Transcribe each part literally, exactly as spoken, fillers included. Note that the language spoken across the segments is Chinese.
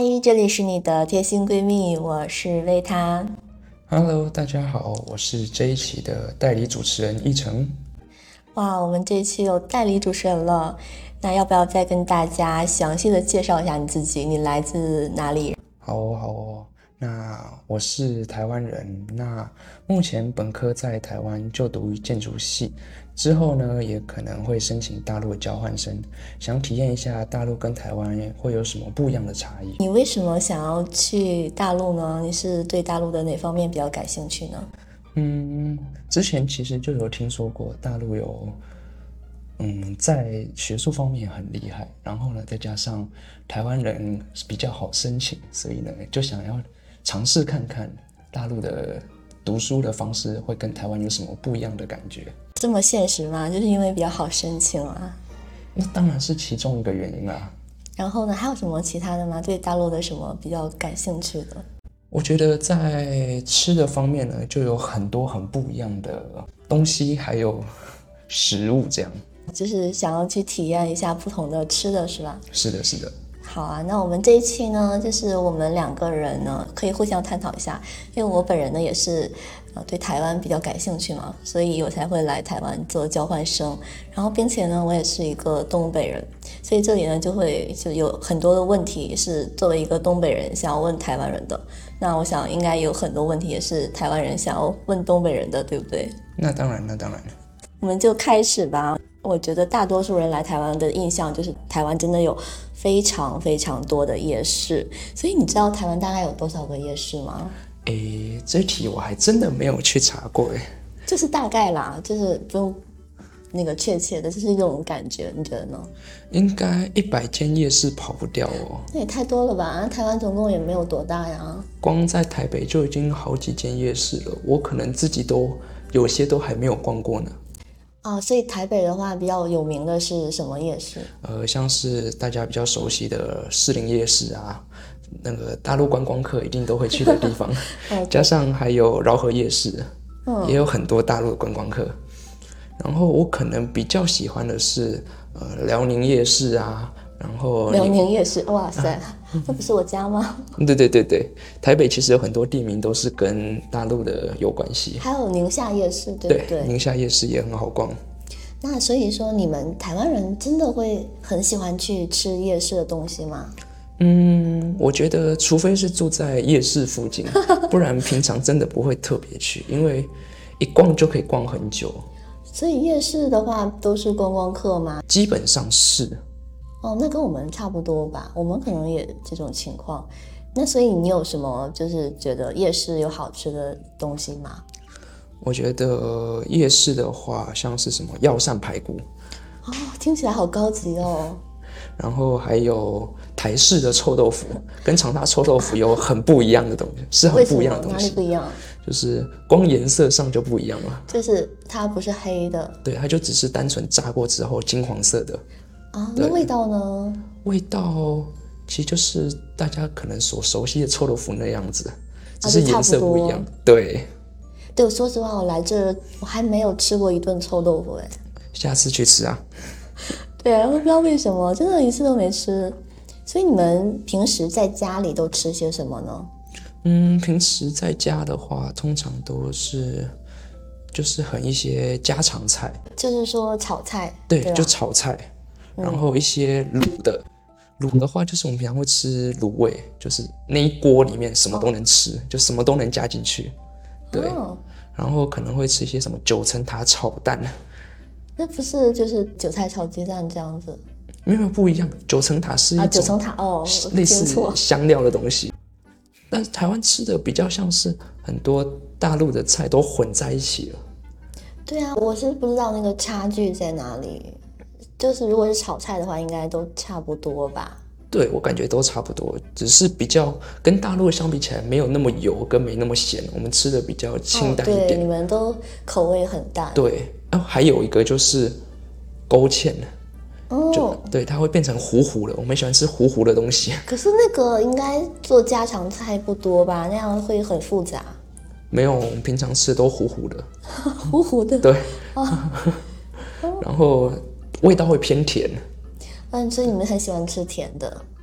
嗨，这里是你的贴心闺蜜，我是维塔。 Hello， 大家好，我是这一期的代理主持人奕成。 哇，我们这一期有代理主持人了，那要不要再跟大家详细的介绍一下你自己？你来自哪里？ 好哦，好哦。那我是台湾人，那目前本科在台湾就读建筑系，之后呢也可能会申请大陆的交换生，想体验一下大陆跟台湾会有什么不一样的差异。 你为什么想要去大陆呢？你是对大陆的哪方面比较感兴趣呢？ 嗯，之前其实就有听说过大陆有嗯，在学术方面很厉害，然后呢再加上台湾人比较好申请，所以呢就想要尝试看看大陆的读书的方式会跟台湾有什么不一样的感觉。 这么现实吗？就是因为比较好申请啊？ 那当然是其中一个原因啦。 然后呢，还有什么其他的吗？对大陆的什么比较感兴趣的？ 我觉得在吃的方面呢，就有很多很不一样的东西，还有食物这样。 就是想要去体验一下不同的吃的是吧？ 是的，是的。 好啊，那我们这一期呢，就是我们两个人呢可以互相探讨一下，因为我本人呢也是呃对台湾比较感兴趣嘛，所以我才会来台湾做交换生。然后并且呢，我也是一个东北人，所以这里呢就会就有很多的问题是作为一个东北人想要问台湾人的。那我想应该有很多问题也是台湾人想要问东北人的，对不对？ 那当然，那当然。 我们就开始吧。我觉得大多数人来台湾的印象就是台湾真的有非常非常多的夜市，所以你知道台湾大概有多少个夜市吗？ 诶，这题我还真的没有去查过诶。 就是大概啦，就是不用那个确切的，就是这种感觉，你觉得呢？ 应该一百间夜市跑不掉哦。 那也太多了吧？台湾总共也没有多大呀。 光在台北就已经好几间夜市了，我可能自己都有些都还没有逛过呢。 啊，所以台北的话比较有名的是什么夜市？ 呃，像是大家比较熟悉的士林夜市啊，那个大陆观光客一定都会去的地方，哦、加上还有饶河夜市，嗯、也有很多大陆的观光客。然后我可能比较喜欢的是呃辽宁夜市啊，然后辽宁夜市，哇塞，啊、这不是我家吗？ 对对对对，台北其实有很多地名都是跟大陆的有关系， 还有宁夏夜市，对不对？ 对，宁夏夜市也很好逛。 那所以说，你们台湾人真的会很喜欢去吃夜市的东西吗？ 嗯，我觉得除非是住在夜市附近，不然平常真的不会特别去，因为一逛就可以逛很久。 所以夜市的话都是观光客吗？ 基本上是。 哦，那跟我们差不多吧，我们可能也这种情况。那所以你有什么就是觉得夜市有好吃的东西吗？ 我觉得夜市的话，像是什么药膳排骨， 哦，听起来好高级哦。 然后还有台式的臭豆腐，跟长大臭豆腐有很不一样的东西，是很不一样的东西。 哪里不一样？ 就是光颜色上就不一样了。 就是它不是黑的， 对，它就只是单纯炸过之后金黄色的。 啊，那味道呢？ 味道其实就是大家可能所熟悉的臭豆腐那样子，只是颜色不一样。啊、对。 对，说实话，我来这我还没有吃过一顿臭豆腐哎。 下次去吃啊。 对啊，我不知道为什么，真的一次都没吃。所以你们平时在家里都吃些什么呢？ 嗯，平时在家的话，通常都是就是很一些家常菜， 就是说炒菜。 对， 对就炒菜，然后一些卤的。嗯、卤的话，就是我们平常会吃卤味，就是那一锅里面什么都能吃，哦、就什么都能加进去。对，哦、然后可能会吃一些什么九层塔炒蛋。 那不是就是韭菜炒鸡蛋这样子？ 没有，不一样。九层塔是一种、啊、 九层塔哦， 类似香料的东西。但是台湾吃的比较像是很多大陆的菜都混在一起了。 对啊，我是不知道那个差距在哪里。就是如果是炒菜的话，应该都差不多吧？ 对，我感觉都差不多，只是比较跟大陆相比起来，没有那么油，跟没那么咸。我们吃的比较清淡一点。 哦、对，你们都口味很淡。 对，然后还有一个就是勾芡。哦，对，它会变成糊糊的。我们喜欢吃糊糊的东西。 可是那个应该做家常菜不多吧？那样会很复杂。 没有，我们平常吃的都糊糊的。 糊糊的。 对。哦、然后味道会偏甜。 嗯，所以你们很喜欢吃甜的。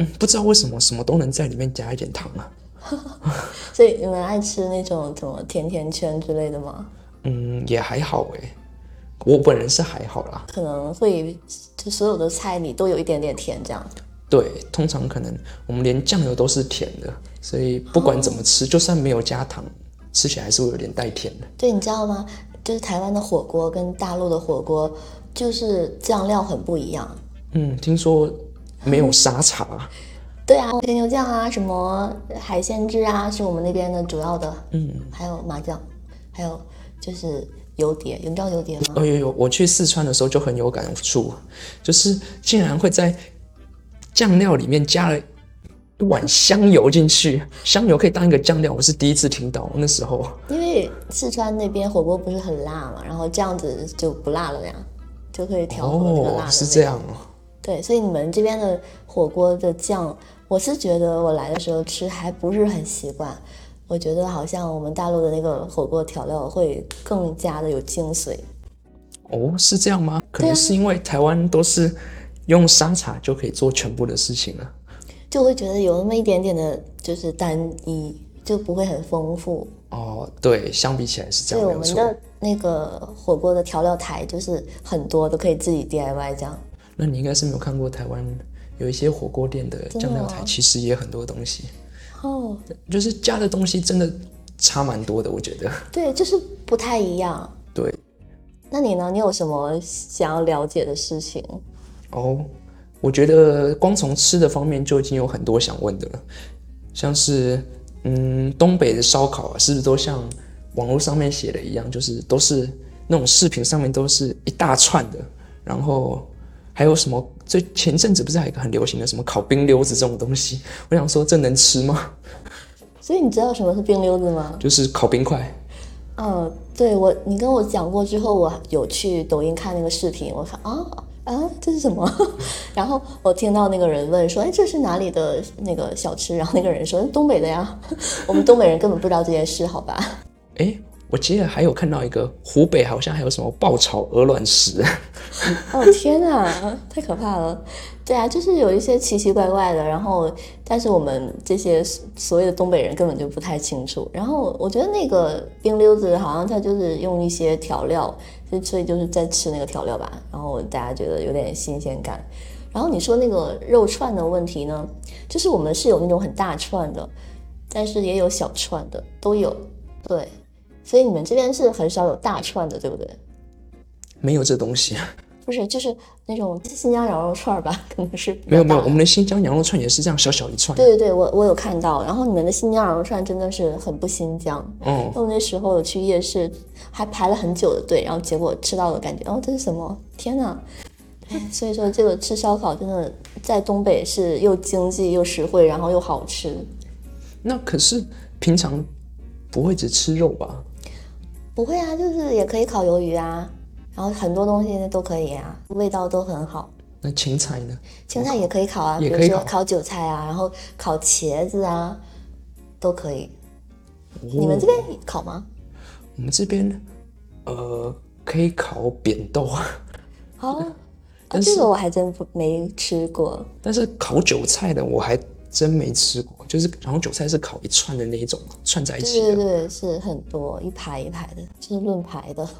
嗯，不知道为什么什么都能在里面加一点糖啊。 所以你们爱吃那种什么甜甜圈之类的吗？ 嗯，也还好哎，我本人是还好啦。 可能会就所有的菜里都有一点点甜这样。 对，通常可能我们连酱油都是甜的，所以不管怎么吃，哦、就算没有加糖，吃起来还是会有点带甜的。 对，你知道吗？就是台湾的火锅跟大陆的火锅，就是酱料很不一样。 嗯，听说没有沙茶。嗯、 对啊，甜牛酱啊，什么海鲜汁啊，是我们那边的主要的。嗯，还有麻酱，还有就是油碟，你知道油碟吗？ 哦有有，我去四川的时候就很有感触，就是竟然会在酱料里面加了一碗香油进去，香油可以当一个酱料，我是第一次听到。那时候因为四川那边火锅不是很辣嘛，然后这样子就不辣了呀，就可以调和那个辣的味道。 哦，是这样哦。 对，所以你们这边的火锅的酱，我是觉得我来的时候吃还不是很习惯。我觉得好像我们大陆的那个火锅调料会更加的有精髓。 哦，是这样吗？可能是因为台湾都是用沙茶就可以做全部的事情了， 就会觉得有那么一点点的就是单一，就不会很丰富。 哦，对，相比起来是这样。 对，我们的那个火锅的调料台就是很多都可以自己 D I Y 这样。 那你应该是没有看过台湾有一些火锅店的酱料台，其实也很多东西。哦，就是加的东西真的差蛮多的，我觉得。 对，就是不太一样。 对。 那你呢？你有什么想要了解的事情？ 哦，我觉得光从吃的方面就已经有很多想问的了，像是嗯，东北的烧烤啊，是不是都像网络上面写的一样，就是都是那种视频上面都是一大串的，然后还有什么？最前阵子不是还有一个很流行的什么烤冰溜子这种东西？我想说，这能吃吗？ 所以你知道什么是冰溜子吗？ 就是烤冰块。 嗯，对我，你跟我讲过之后，我有去抖音看那个视频，我说啊啊，这是什么？然后我听到那个人问说，哎，这是哪里的那个小吃？然后那个人说东北的呀，我们东北人根本不知道这件事，好吧？ 哎，我记得还有看到一个湖北好像还有什么爆炒鹅卵石。 哦天啊，太可怕了！对啊，就是有一些奇奇怪怪的，然后但是我们这些所谓的东北人根本就不太清楚。然后我觉得那个冰溜子好像它就是用一些调料，所以就是在吃那个调料吧，然后大家觉得有点新鲜感。然后你说那个肉串的问题呢，就是我们是有那种很大串的，但是也有小串的，都有。对，所以你们这边是很少有大串的，对不对？ 没有这东西啊。 不是，就是那种新疆羊肉串吧，可能是没有没有，我们的新疆羊肉串也是这样小小一串。 对对对，我我有看到。然后你们的新疆羊肉串真的是很不新疆。嗯，我那时候有去夜市，还排了很久的队，然后结果吃到的感觉，哦，这是什么？天哪！所以说这个吃烧烤真的在东北是又经济又实惠，然后又好吃。 那可是平常不会只吃肉吧？ 不会啊，就是也可以烤鱿鱼啊。然后很多东西都可以啊，味道都很好。 那芹菜呢？ 芹菜也可以烤啊， 也可以烤， 比如说烤韭菜啊，然后烤茄子啊，都可以。哦、你们这边烤吗？ 我们这边呃可以烤扁豆。 哦，啊、这个我还真不没吃过。 但是烤韭菜的我还真没吃过，就是然后韭菜是烤一串的那一种，串在一起的。 对对对，是很多一排一排的，就是论排的。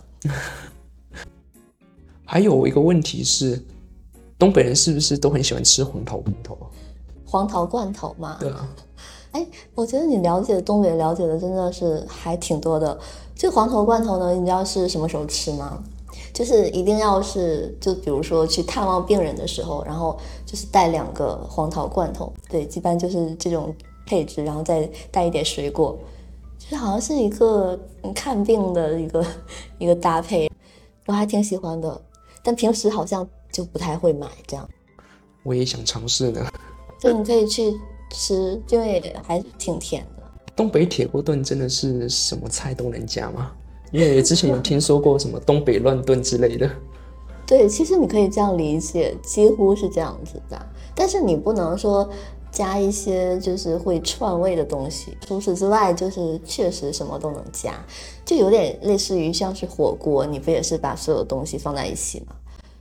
还有一个问题是，东北人是不是都很喜欢吃黄桃罐头？ 黄桃罐头嘛？ 对啊。 哎，我觉得你了解东北了解的真的是还挺多的。这个黄桃罐头呢，你知道是什么时候吃吗？就是一定要是，就比如说去探望病人的时候，然后就是带两个黄桃罐头，对，一般就是这种配置，然后再带一点水果，就是好像是一个看病的一个一个搭配，我还挺喜欢的。但平时好像就不太会买这样。 我也想尝试呢。 对，你可以去吃，因为还挺甜的。 东北铁锅炖真的是什么菜都能加吗？因为之前有听说过什么东北乱炖之类的。 对，其实你可以这样理解，几乎是这样子的。但是你不能说加一些就是会串味的东西，除此之外就是确实什么都能加，就有点类似于像是火锅，你不也是把所有东西放在一起吗？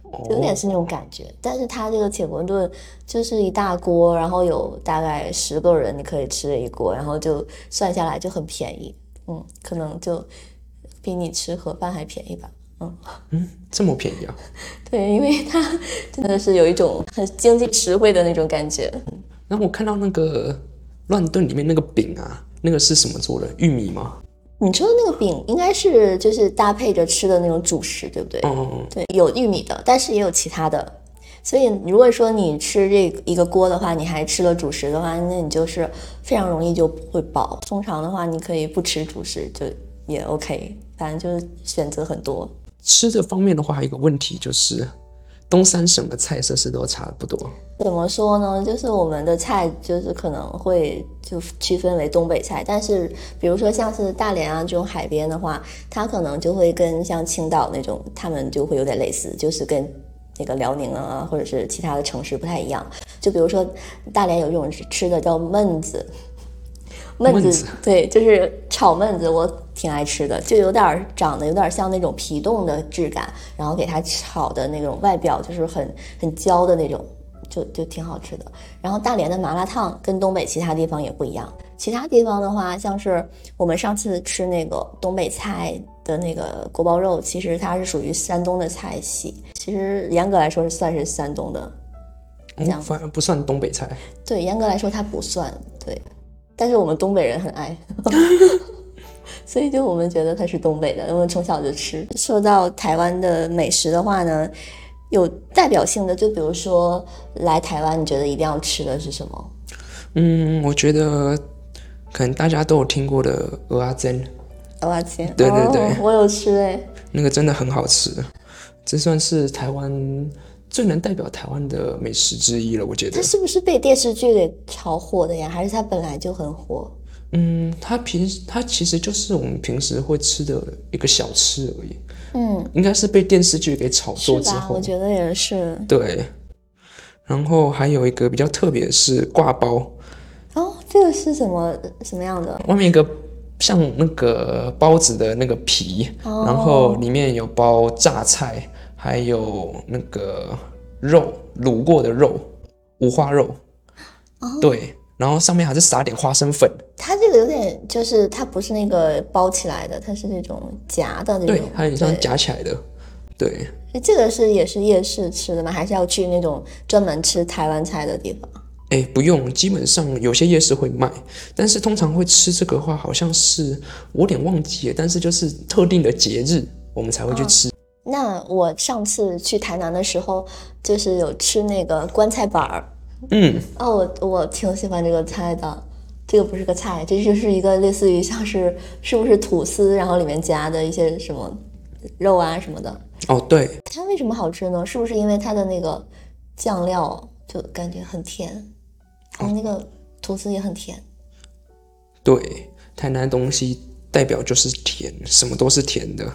就有点是那种感觉。但是它这个铁锅炖就是一大锅，然后有大概十个人你可以吃的一锅，然后就算下来就很便宜，嗯，可能就比你吃盒饭还便宜吧。嗯嗯，这么便宜啊？ 对，因为它真的是有一种很经济实惠的那种感觉。 然后我看到那个乱炖里面那个饼啊，那个是什么做的？玉米吗？ 你说的那个饼应该是就是搭配着吃的那种主食，对不对？ 嗯， 对，有玉米的，但是也有其他的。所以如果说你吃这一个锅的话，你还吃了主食的话，那你就是非常容易就会饱。通常的话，你可以不吃主食就也 OK， 反正就是选择很多。 吃的方面的话，还有一个问题就是，东三省的菜色是都差不多。 怎么说呢？就是我们的菜就是可能会就区分为东北菜，但是比如说像是大连啊这种海边的话，它可能就会跟像青岛那种，他们就会有点类似，就是跟那个辽宁啊或者是其他的城市不太一样。就比如说大连有一种吃的叫焖子。焖子, 焖子对，就是炒焖子，我挺爱吃的，就有点长得有点像那种皮冻的质感，然后给它炒的那种外表就是很很焦的那种，就就挺好吃的。然后大连的麻辣烫跟东北其他地方也不一样，其他地方的话，像是我们上次吃那个东北菜的那个锅包肉，其实它是属于山东的菜系，其实严格来说是算是山东的，这样、 嗯、反而不算东北菜。 对，严格来说它不算，对。但是我们东北人很爱所以就我们觉得它是东北的，我们从小就吃。说到台湾的美食的话呢，有代表性的，就比如说来台湾你觉得一定要吃的是什么？ 嗯，我觉得可能大家都有听过的蚵仔煎。 蚵仔煎， 对对对、 哦、我有吃哎， 那个真的很好吃，这算是台湾最能代表台湾的美食之一了，我觉得。 它是不是被电视剧给炒火的呀？还是它本来就很火？ 嗯，它平它其实就是我们平时会吃的一个小吃而已。 嗯， 应该是被电视剧给炒作之是吧？ 后。 我觉得也是。 对，然后还有一个比较特别的是挂包。 哦，这个是什么什么样的？ 外面一个像那个包子的那个皮， 哦、 然后里面有包榨菜，还有那个肉卤过的肉，五花肉。哦、对，然后上面还是撒点花生粉。 它这个有点就是它不是那个包起来的，它是那种夹的那种。 对，它有点像夹起来的。对， 这个是也是夜市吃的吗？还是要去那种专门吃台湾菜的地方？ 哎，不用，基本上有些夜市会卖，但是通常会吃这个的话，好像是我有点忘记了，但是就是特定的节日我们才会去吃。哦、 那我上次去台南的时候，就是有吃那个棺材板儿。 嗯， 哦，我我挺喜欢这个菜的。这个不是个菜，这就是一个类似于像是是不是吐司，然后里面夹的一些什么肉啊什么的。 哦，对。 它为什么好吃呢？是不是因为它的那个酱料就感觉很甜，然后那个吐司也很甜？ 对，台南东西代表就是甜，什么都是甜的。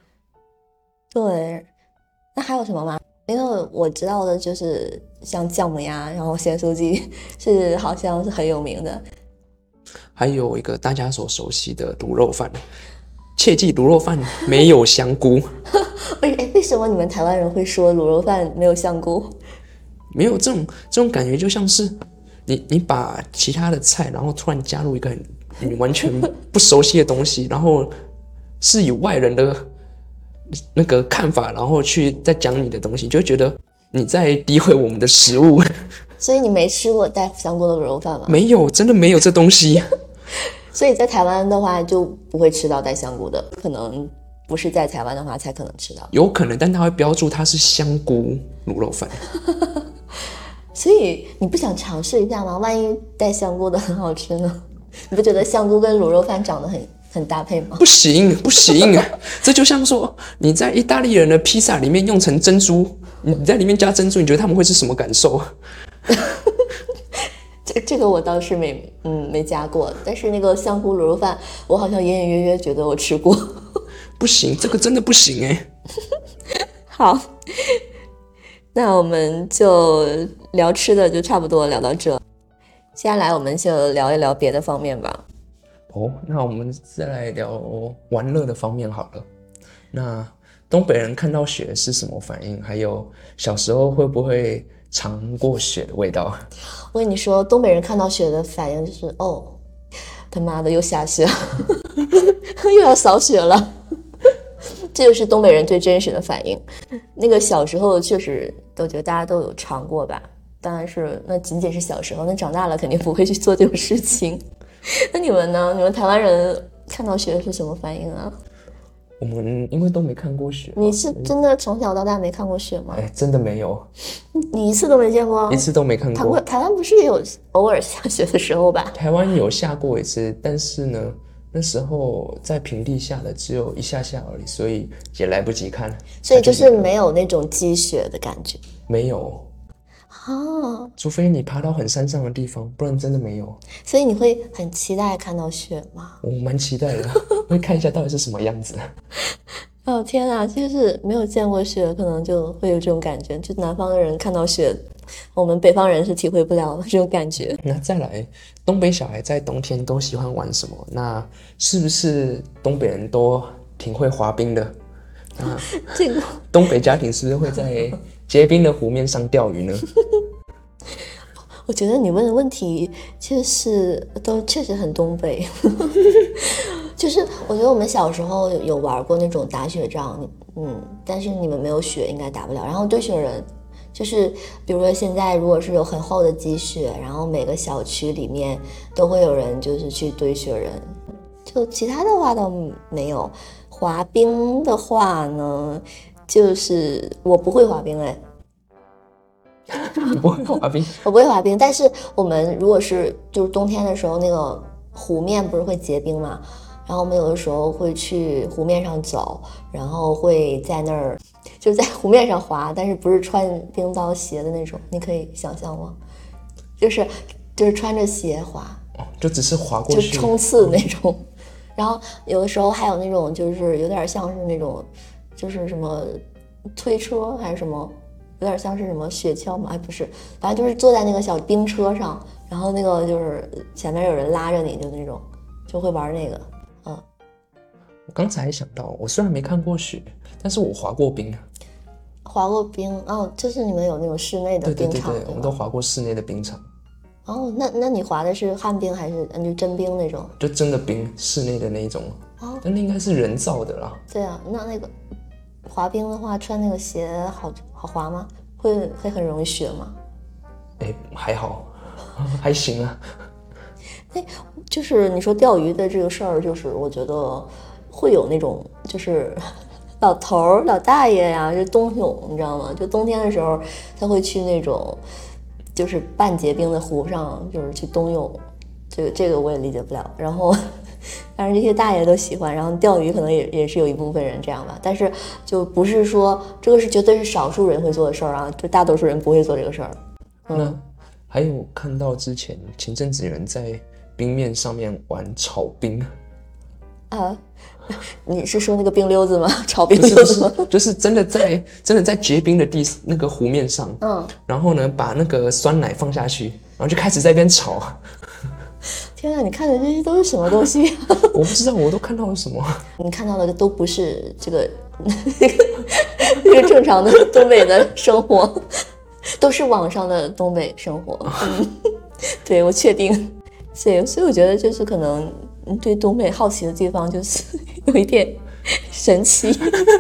对，那还有什么吗？因为我知道的就是像姜母鸭，然后咸酥鸡是好像是很有名的。 还有一个大家所熟悉的卤肉饭，切记卤肉饭没有香菇。 哎，为什么你们台湾人会说卤肉饭没有香菇？ 没有这种这种感觉，就像是你你把其他的菜，然后突然加入一个你完全不熟悉的东西，然后是以外人的那个看法，然后去再讲你的东西，你就会觉得你在诋毁我们的食物。 所以你没吃过带香菇的卤肉饭吗？ 没有，真的没有这东西。 所以在台湾的话就不会吃到带香菇的，可能不是在台湾的话才可能吃到。 有可能，但它会标注它是香菇卤肉饭。 所以你不想尝试一下吗？万一带香菇的很好吃呢？你不觉得香菇跟卤肉饭长得很很搭配吗？ 不行不行，这就像说你在意大利人的披萨里面用成珍珠，你在里面加珍珠，你觉得他们会是什么感受？ 这这个我倒是没嗯没加过，但是那个香菇卤肉饭，我好像隐隐约约觉得我吃过。 不行，这个真的不行哎。 好，那我们就聊吃的就差不多聊到这，接下来我们就聊一聊别的方面吧。 哦，那我们再来聊玩乐的方面好了。那东北人看到雪是什么反应？还有小时候会不会尝过雪的味道？ 我跟你说，东北人看到雪的反应就是哦，他妈的又下雪了，又要扫雪了。这就是东北人最真实的反应。那个小时候确实都觉得大家都有尝过吧，当然是那仅仅是小时候，那长大了肯定不会去做这种事情。那你们呢？你们台湾人看到雪是什么反应啊？ 我们因为都没看过雪。 你是真的从小到大没看过雪吗？ 哎，真的没有， 你一次都没见过？ 一次都没看过。 台湾台湾不是也有偶尔下雪的时候吧？ 台湾有下过一次，但是呢，那时候在平地下的只有一下下而已，所以也来不及看。 所以就是没有那种积雪的感觉。 没有。 啊， 除非你爬到很山上的地方，不然真的没有。 所以你会很期待看到雪吗？ 我蛮期待的，会看一下到底是什么样子。 哦天啊，就是没有见过雪，可能就会有这种感觉。就南方的人看到雪，我们北方人是体会不了这种感觉。 那再来，东北小孩在冬天都喜欢玩什么？那是不是东北人都挺会滑冰的？那这个东北家庭是不是会在结冰的湖面上钓鱼呢？ 我觉得你问的问题确实都确实很东北。就是我觉得我们小时候有玩过那种打雪仗，嗯，但是你们没有雪应该打不了。然后堆雪人，就是比如说现在如果是有很厚的积雪，然后每个小区里面都会有人就是去堆雪人。就其他的话倒没有。滑冰的话呢，就是我不会滑冰哎。 你不会滑冰？ 我不会滑冰，但是我们如果是就是冬天的时候，那个湖面不是会结冰嘛，然后我们有的时候会去湖面上走，然后会在那儿就是在湖面上滑，但是不是穿冰刀鞋的那种，你可以想象吗？就是就是穿着鞋滑， 就只是滑过去， 就冲刺那种。然后有的时候还有那种就是有点像是那种就是什么推车还是什么，有点像是什么雪橇嘛，哎不是，反正就是坐在那个小冰车上，然后那个就是前面有人拉着你，就那种就会玩那个。嗯， 我刚才想到，我虽然没看过雪，但是我滑过冰。 滑过冰哦，就是你们有那种室内的冰场？ 对对对对，我们都滑过室内的冰场。 哦，那那你滑的是旱冰还是就真冰那种？ 就真的冰，室内的那一种。哦，但那应该是人造的啦。 对啊，那那个滑冰的话，穿那个鞋好好滑吗？会会很容易雪吗？ 哎，还好，还行啊。 哎，就是你说钓鱼的这个事儿，就是我觉得会有那种就是老头儿、老大爷呀，就冬泳，你知道吗？就冬天的时候，他会去那种就是半结冰的湖上，就是去冬泳。这个这个我也理解不了。然后，当然这些大爷都喜欢，然后钓鱼可能也也是有一部分人这样吧。但是就不是说这个是绝对是少数人会做的事儿啊，就大多数人不会做这个事儿。 嗯，那还有看到之前前阵子有人在冰面上面玩炒冰啊，你是说那个冰溜子吗？炒冰溜子吗？ 就是就是真的在真的在结冰的地那个湖面上，嗯，然后呢把那个酸奶放下去，然后就开始在那边炒。 天啊，你看的这些都是什么东西？ 我不知道，我都看到了什么？ 你看到的都不是这个这个正常的东北的生活，都是网上的东北生活。嗯，对，我确定。所以，所以我觉得就是可能对东北好奇的地方就是有一点神奇。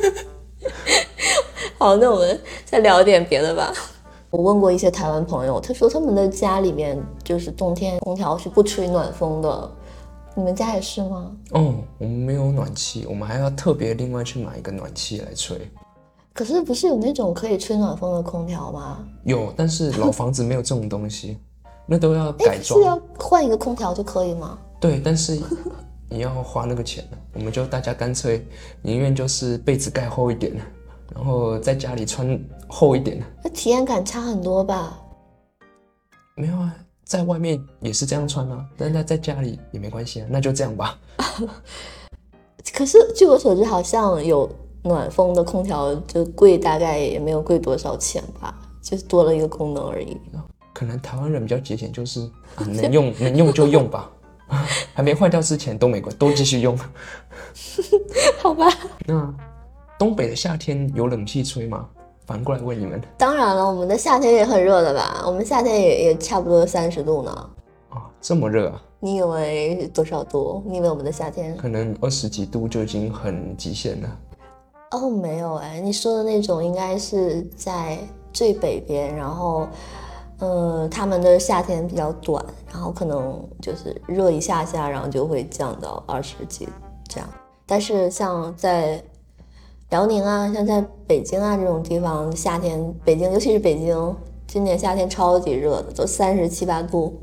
好，那我们再聊点别的吧。我问过一些台湾朋友，他说他们的家里面就是冬天空调是不吹暖风的，你们家也是吗？ 哦，我们没有暖气，我们还要特别另外去买一个暖气来吹。 可是不是有那种可以吹暖风的空调吗？ 有，但是老房子没有这种东西，那都要改装。 是要换一个空调就可以吗？ 对，但是你要花那个钱，我们就大家干脆宁愿就是被子盖厚一点，然后在家里穿厚一点。 那体验感差很多吧？ 没有啊，在外面也是这样穿啊，但是在家里也没关系啊，那就这样吧。 可是据我所知，好像有暖风的空调就贵，大概也没有贵多少钱吧，就是多了一个功能而已。 可能台湾人比较节俭，就是、啊、能用能用就用吧，还没坏掉之前都没关，都继续用。 好吧。 那东北的夏天有冷气吹吗？反过来问你们。 当然了，我们的夏天也很热的吧？我们夏天也也差不多三十度呢。 啊，这么热啊？ 你以为多少度？你以为我们的夏天可能二十几度就已经很极限了。 哦，没有哎，你说的那种应该是在最北边，然后，嗯、呃，他们的夏天比较短，然后可能就是热一下下，然后就会降到二十几这样。但是像在辽宁啊，像在北京啊这种地方，夏天北京，尤其是北京，今年夏天超级热的，都三十七八度，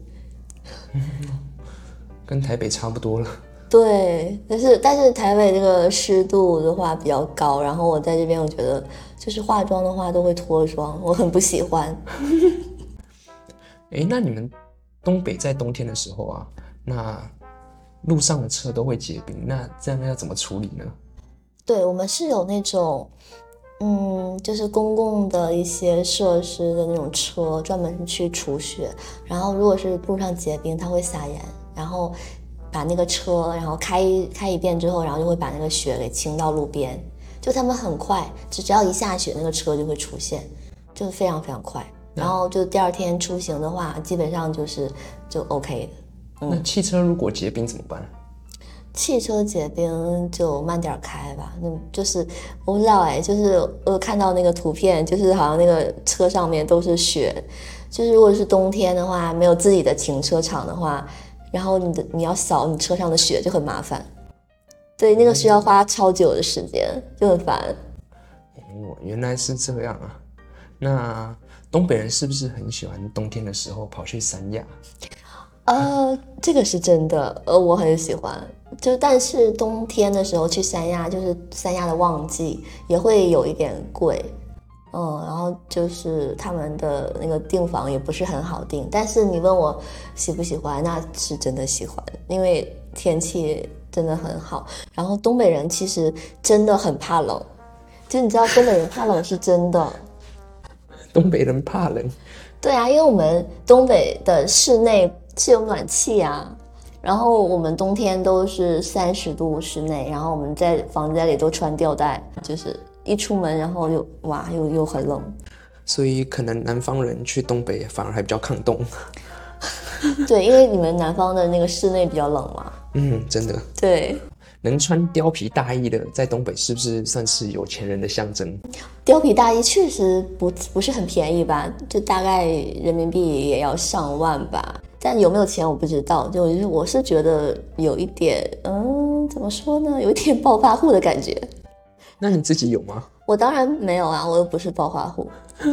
跟台北差不多了。 对，但是但是台北这个湿度的话比较高，然后我在这边我觉得就是化妆的话都会脱妆，我很不喜欢。 哎，那你们东北在冬天的时候啊，那路上的车都会结冰，那这样要怎么处理呢？ 对，我们是有那种，嗯，就是公共的一些设施的那种车，专门去除雪。然后如果是路上结冰，它会撒盐，然后把那个车，然后开开一遍之后，然后就会把那个雪给清到路边。就他们很快，只只要一下雪，那个车就会出现，就非常非常快。然后就第二天出行的话，基本上就是就 OK 的。 嗯、那汽车如果结冰怎么办？ 汽车结冰就慢点开吧，那就是我不知道哎，就是我看到那个图片，就是好像那个车上面都是雪，就是如果是冬天的话，没有自己的停车场的话，然后你的你要扫你车上的雪就很麻烦，对，那个需要花超久的时间，就很烦。 哦，原来是这样啊。那东北人是不是很喜欢冬天的时候跑去三亚？ 呃，这个是真的，呃，我很喜欢。就但是冬天的时候去三亚，就是三亚的旺季，也会有一点贵，嗯，然后就是他们的那个订房也不是很好订。但是你问我喜不喜欢，那是真的喜欢，因为天气真的很好。然后东北人其实真的很怕冷，就你知道东北人怕冷是真的。 东北人怕冷？ 对啊，因为我们东北的室内是有暖气啊，然后我们冬天都是三十度室内，然后我们在房间里都穿吊带，就是一出门然后又哇又又很冷。 所以可能南方人去东北反而还比较抗冻。 对，因为你们南方的那个室内比较冷嘛。 嗯，真的。 对， 能穿貂皮大衣的，在东北是不是算是有钱人的象征？ 貂皮大衣确实不不是很便宜吧，就大概人民币也要上万吧。但有没有钱我不知道，就我是觉得有一点，嗯，怎么说呢，有一点暴发户的感觉。 那你自己有吗？ 我当然没有啊，我又不是暴发户。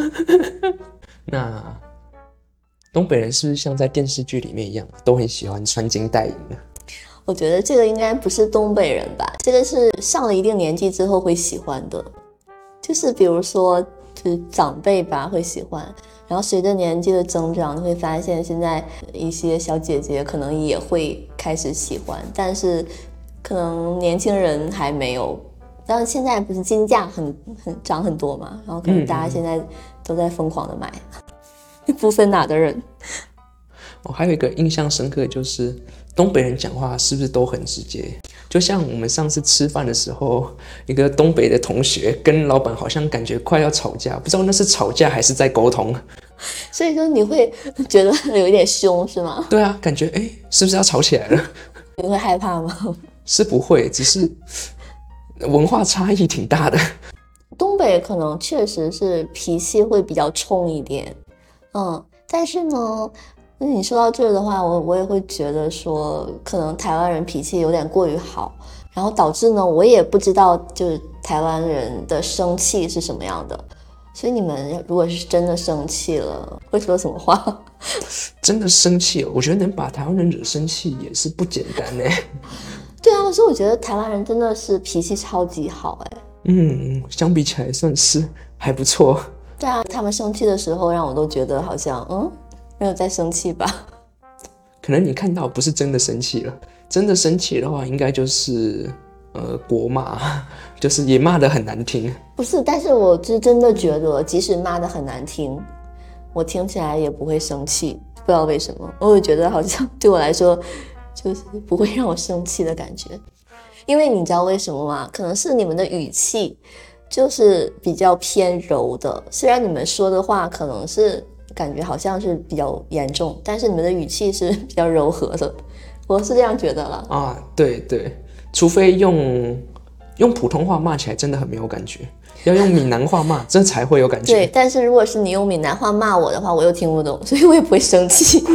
那东北人是不是像在电视剧里面一样，都很喜欢穿金戴银呢？ 我觉得这个应该不是东北人吧，这个是上了一定年纪之后会喜欢的，就是比如说就是长辈吧会喜欢，然后随着年纪的增长，你会发现现在一些小姐姐可能也会开始喜欢，但是可能年轻人还没有。但是现在不是金价很很涨很多嘛，然后可能大家现在都在疯狂的买，嗯、不分哪的人。 哦，还有一个印象深刻就是东北人讲话是不是都很直接？就像我们上次吃饭的时候，一个东北的同学跟老板好像感觉快要吵架，不知道那是吵架还是在沟通。 所以说你会觉得有一点凶是吗？ 对啊，感觉哎，是不是要吵起来了？ 你会害怕吗？ 是不会，只是文化差异挺大的。 东北可能确实是脾气会比较冲一点，嗯，但是呢，那你说到这儿的话，我我也会觉得说，可能台湾人脾气有点过于好，然后导致呢，我也不知道就是台湾人的生气是什么样的。所以你们如果是真的生气了，会说什么话？ 真的生气了，我觉得能把台湾人惹生气也是不简单哎。 对啊，所以我觉得台湾人真的是脾气超级好哎。 嗯，相比起来算是还不错。 对啊，他们生气的时候让我都觉得好像嗯没有在生气吧。 可能你看到不是真的生气了，真的生气的话应该就是呃国骂，就是也骂得很难听。 不是，但是我是真的觉得即使骂得很难听，我听起来也不会生气，不知道为什么，我会觉得好像对我来说就是不会让我生气的感觉。因为你知道为什么吗？可能是你们的语气就是比较偏柔的。虽然你们说的话可能是感觉好像是比较严重，但是你们的语气是比较柔和的，我是这样觉得啦。 啊，对对，除非用用普通话骂起来真的很没有感觉，要用闽南话骂，这才会有感觉。 对，但是如果是你用闽南话骂我的话，我又听不懂，所以我也不会生气。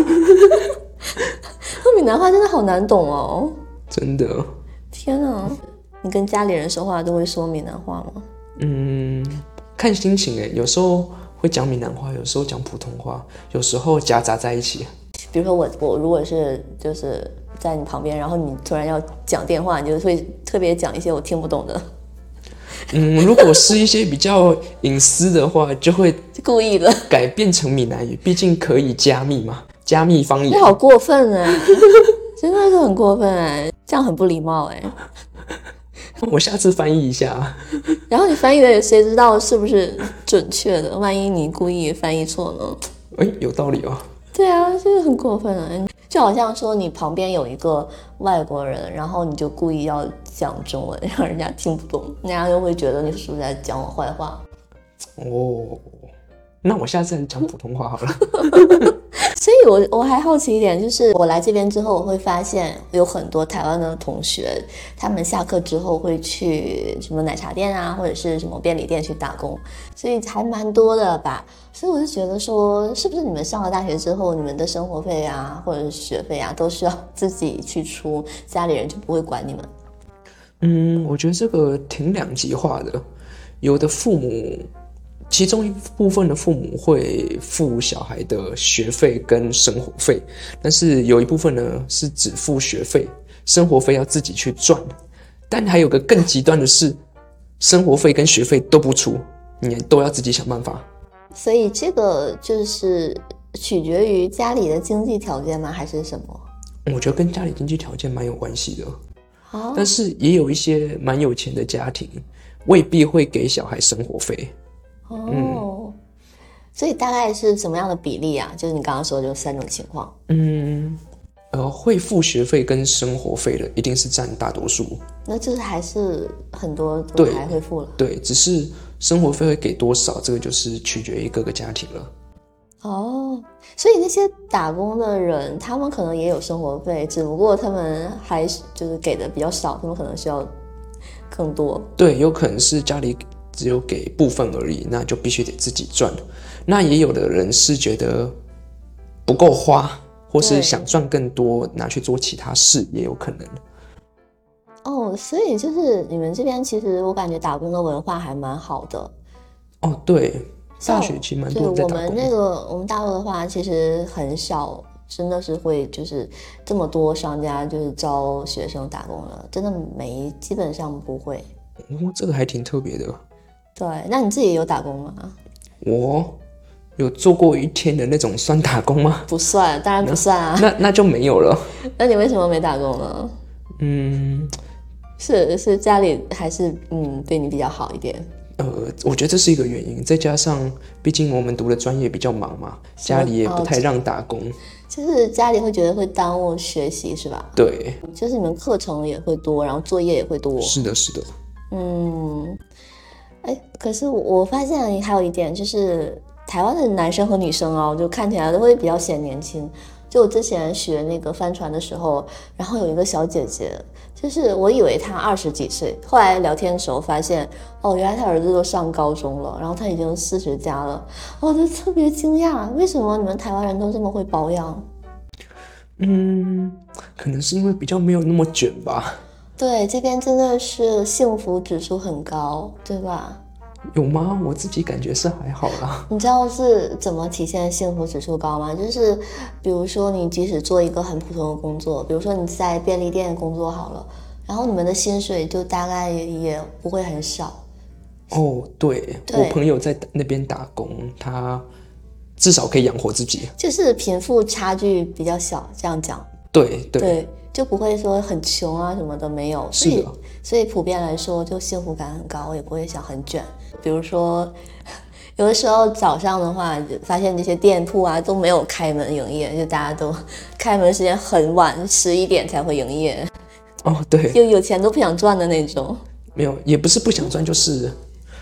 闽南话真的好难懂哦， 真的。 天啊！你跟家里人说话都会说闽南话吗？ 嗯，看心情哎，有时候会讲闽南话，有时候讲普通话，有时候夹杂在一起。 比如说我我如果是就是在你旁边，然后你突然要讲电话，你就会特别讲一些我听不懂的。 嗯，如果是一些比较隐私的话，就会故意的改变成闽南语，毕竟可以加密嘛，加密方言。 你好过分哎，真的是很过分哎，这样很不礼貌哎。 我下次翻译一下。 然后你翻译的谁知道是不是准确的？万一你故意翻译错呢？ 哎，有道理哦。 对啊，就是很过分啊！就好像说你旁边有一个外国人，然后你就故意要讲中文，让人家听不懂，人家就会觉得你是不是在讲我坏话。 哦，那我下次还是讲普通话好了。 所以我我还好奇一点，就是我来这边之后，我会发现有很多台湾的同学，他们下课之后会去什么奶茶店啊，或者是什么便利店去打工，所以还蛮多的吧。所以我就觉得说，是不是你们上了大学之后，你们的生活费啊，或者是学费啊，都需要自己去出，家里人就不会管你们？ 嗯，我觉得这个挺两极化的，有的父母。其中一部分的父母会付小孩的学费跟生活费，但是有一部分呢是只付学费，生活费要自己去赚。但还有个更极端的是，生活费跟学费都不出，你都要自己想办法。 所以这个就是取决于家里的经济条件吗？还是什么？ 我觉得跟家里经济条件蛮有关系的。 哦， 但是也有一些蛮有钱的家庭，未必会给小孩生活费。 哦、嗯，所以大概是什么样的比例啊？就是你刚刚说的就三种情况。 嗯，呃，会付学费跟生活费的一定是占大多数。 那就是还是很多都还会付了。 对，对，只是生活费会给多少，这个就是取决于各个家庭了。 哦，所以那些打工的人，他们可能也有生活费，只不过他们还是就是给的比较少，他们可能需要更多。 对，有可能是家里只有给部分而已，那就必须得自己赚。那也有的人是觉得不够花，或是想赚更多，拿去做其他事也有可能。 哦，所以就是你们这边其实我感觉打工的文化还蛮好的。 哦，对，大学其实蛮多人在打工。 对，我们那个我们大陆的话，其实很少，真的是会就是这么多商家就是招学生打工了，真的没，基本上不会。 哦，这个还挺特别的。 对，那你自己有打工吗？ 我有做过一天的那种算打工吗？ 不算，当然不算啊。 那 那, 那就没有了。 那你为什么没打工呢？ 嗯， 是是家里还是嗯对你比较好一点？ 呃，我觉得这是一个原因，再加上毕竟我们读的专业比较忙嘛，家里也不太让打工。 就是家里会觉得会耽误学习是吧？ 对， 就是你们课程也会多，然后作业也会多。 是的，是的。 嗯，哎，可是我发现还有一点，就是台湾的男生和女生哦，就看起来都会比较显年轻。就我之前学那个帆船的时候，然后有一个小姐姐，就是我以为她二十几岁，后来聊天的时候发现，哦，原来她儿子都上高中了，然后她已经四十加了，我就特别惊讶，为什么你们台湾人都这么会保养？ 嗯，可能是因为比较没有那么卷吧。 对，这边真的是幸福指数很高，对吧？ 有吗？我自己感觉是还好啦。 你知道是怎么体现幸福指数高吗？就是比如说你即使做一个很普通的工作，比如说你在便利店工作好了，然后你们的薪水就大概也不会很少。 哦，对， 对， 我朋友在那边打工，他至少可以养活自己， 就是贫富差距比较小，这样讲。 对 对, 对，就不会说很穷啊什么的，没有。 是的。 所以普遍来说就幸福感很高，也不会想很卷。比如说有的时候早上的话，发现这些店铺啊都没有开门营业，就大家都开门时间很晚，十一点才会营业。 哦，对， 就有钱都不想赚的那种。 没有，也不是不想赚，就是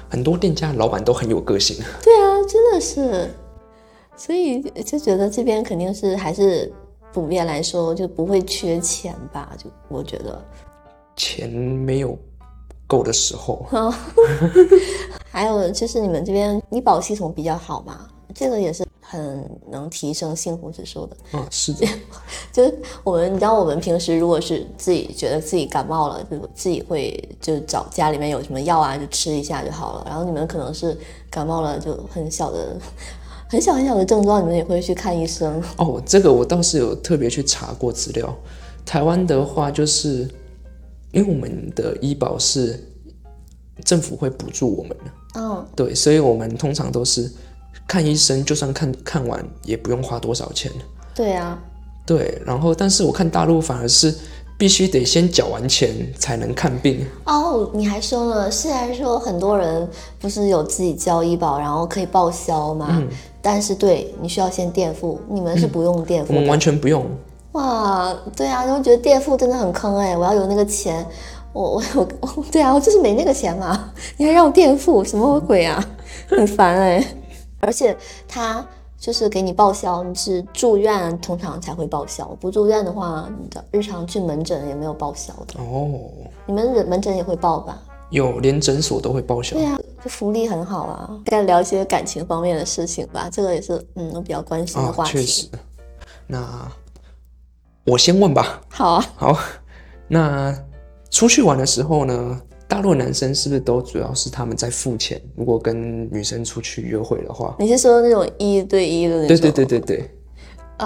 很多店家老板都很有个性。 对啊，真的是，所以就觉得这边肯定是还是普遍来说就不会缺钱吧，就我觉得钱没有够的时候。 还有就是你们这边医保系统比较好嘛，这个也是很能提升幸福指数的。 啊，是的。 就是我们，你知道，我们平时如果是自己觉得自己感冒了，就自己会就找家里面有什么药啊，就吃一下就好了。然后你们可能是感冒了，就很小的、很小很小的症状，你们也会去看医生。 哦，这个我倒是有特别去查过资料。台湾的话，就是因为我们的医保是政府会补助我们的， 嗯， 对，所以我们通常都是看医生，就算看看完也不用花多少钱。 对啊， 对，然后但是我看大陆反而是必须得先缴完钱才能看病。 哦，你还说了，虽然说很多人不是有自己交医保，然后可以报销嘛，嗯、但是对你需要先垫付，你们是不用垫付的、 嗯、我们完全不用。 哇，对啊，我觉得垫付真的很坑哎、欸，我要有那个钱，我我我，对啊，我就是没那个钱嘛，你还让我垫付，什么鬼啊，很烦哎、欸。而且他就是给你报销，你是住院通常才会报销，不住院的话，你的日常去门诊也没有报销的。哦，你们门诊也会报吧？ 有，连诊所都会报销。 对啊，这福利很好啊。该聊一些感情方面的事情吧，这个也是嗯我比较关心的话题。 确实。那我先问吧。 好啊。 好，那出去玩的时候呢，大陆男生是不是都主要是他们在付钱？如果跟女生出去约会的话， 你是说那种一对一的那种？ 对对对对对。 啊、uh ，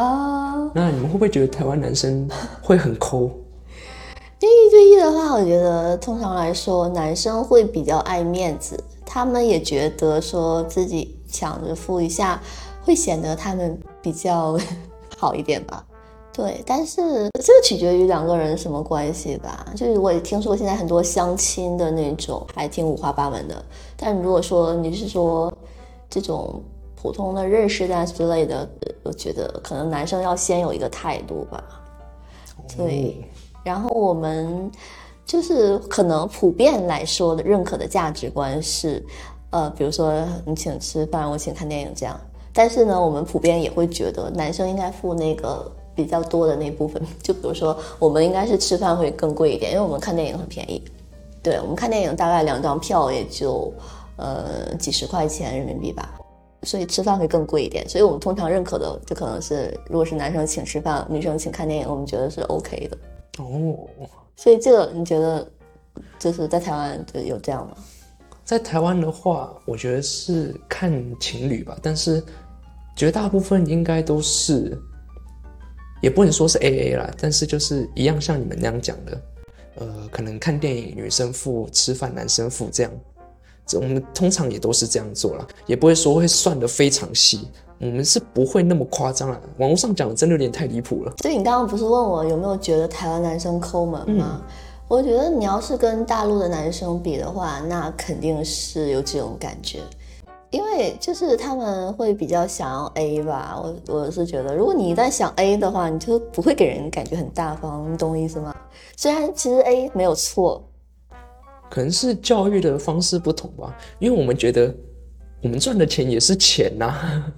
那你们会不会觉得台湾男生会很抠？ 一对一的话，我觉得通常来说，男生会比较爱面子，他们也觉得说自己抢着付一下，会显得他们比较好一点吧。对，但是这个取决于两个人什么关系吧。就是我也听说现在很多相亲的那种还挺五花八门的，但如果说你是说这种普通的认识的之类的，我觉得可能男生要先有一个态度吧。对，哦、然后我们就是可能普遍来说的认可的价值观是，呃，比如说你请吃饭，我请看电影这样。但是呢，我们普遍也会觉得男生应该付那个比较多的那部分，就比如说我们应该是吃饭会更贵一点，因为我们看电影很便宜。对，我们看电影大概两张票也就呃几十块钱人民币吧，所以吃饭会更贵一点。所以我们通常认可的就可能是，如果是男生请吃饭，女生请看电影，我们觉得是 OK 的。哦，所以这个你觉得就是在台湾就有这样吗？ 在台湾的话，我觉得是看情侣吧，但是绝大部分应该都是。也不能说是 A A 啦，但是就是一样像你们那样讲的，呃，可能看电影女生付，吃饭男生付这样，这我们通常也都是这样做啦，也不会说会算得非常细，我们是不会那么夸张啦。网络上讲的真的有点太离谱了。 所以你刚刚不是问我有没有觉得台湾男生抠门吗？嗯、我觉得你要是跟大陆的男生比的话，那肯定是有这种感觉。因为就是他们会比较想要 A 吧，我我是觉得，如果你一旦想 A 的话，你就不会给人感觉很大方，你懂我意思吗？虽然其实 A 没有错， 可能是教育的方式不同吧，因为我们觉得我们赚的钱也是钱呐、啊，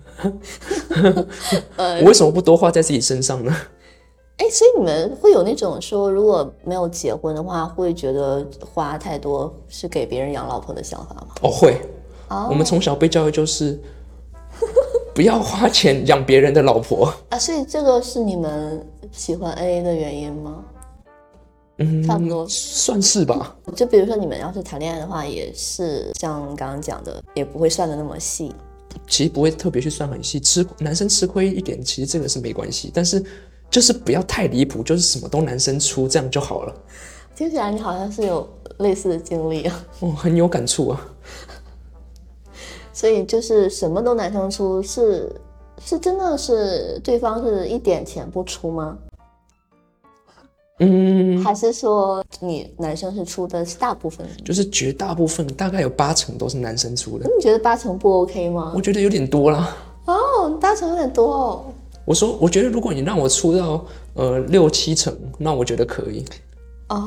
我为什么不多花在自己身上呢？ 哎，所以你们会有那种说，如果没有结婚的话，会觉得花太多是给别人养老婆的想法吗？ 哦，会。Oh. 我们从小被教育就是不要花钱养别人的老婆啊，所以这个是你们喜欢 A A 的原因吗？ 嗯， 差不多算是吧。 就比如说你们要是谈恋爱的话，也是像刚刚讲的，也不会算的那么细。 其实不会特别去算很细，吃男生吃亏一点，其实这个是没关系，但是就是不要太离谱，就是什么都男生出，这样就好了。 听起来你好像是有类似的经历啊。 哦，很有感触啊。 所以就是什么都男生出，是是真的是对方是一点钱不出吗？ 嗯， 还是说你男生是出的是大部分？ 就是绝大部分，大概有八成都是男生出的。 你觉得八成不 OK 吗？ 我觉得有点多啦。 哦，八成有点多哦。 我说，我觉得如果你让我出到呃六七成，那我觉得可以。 哦，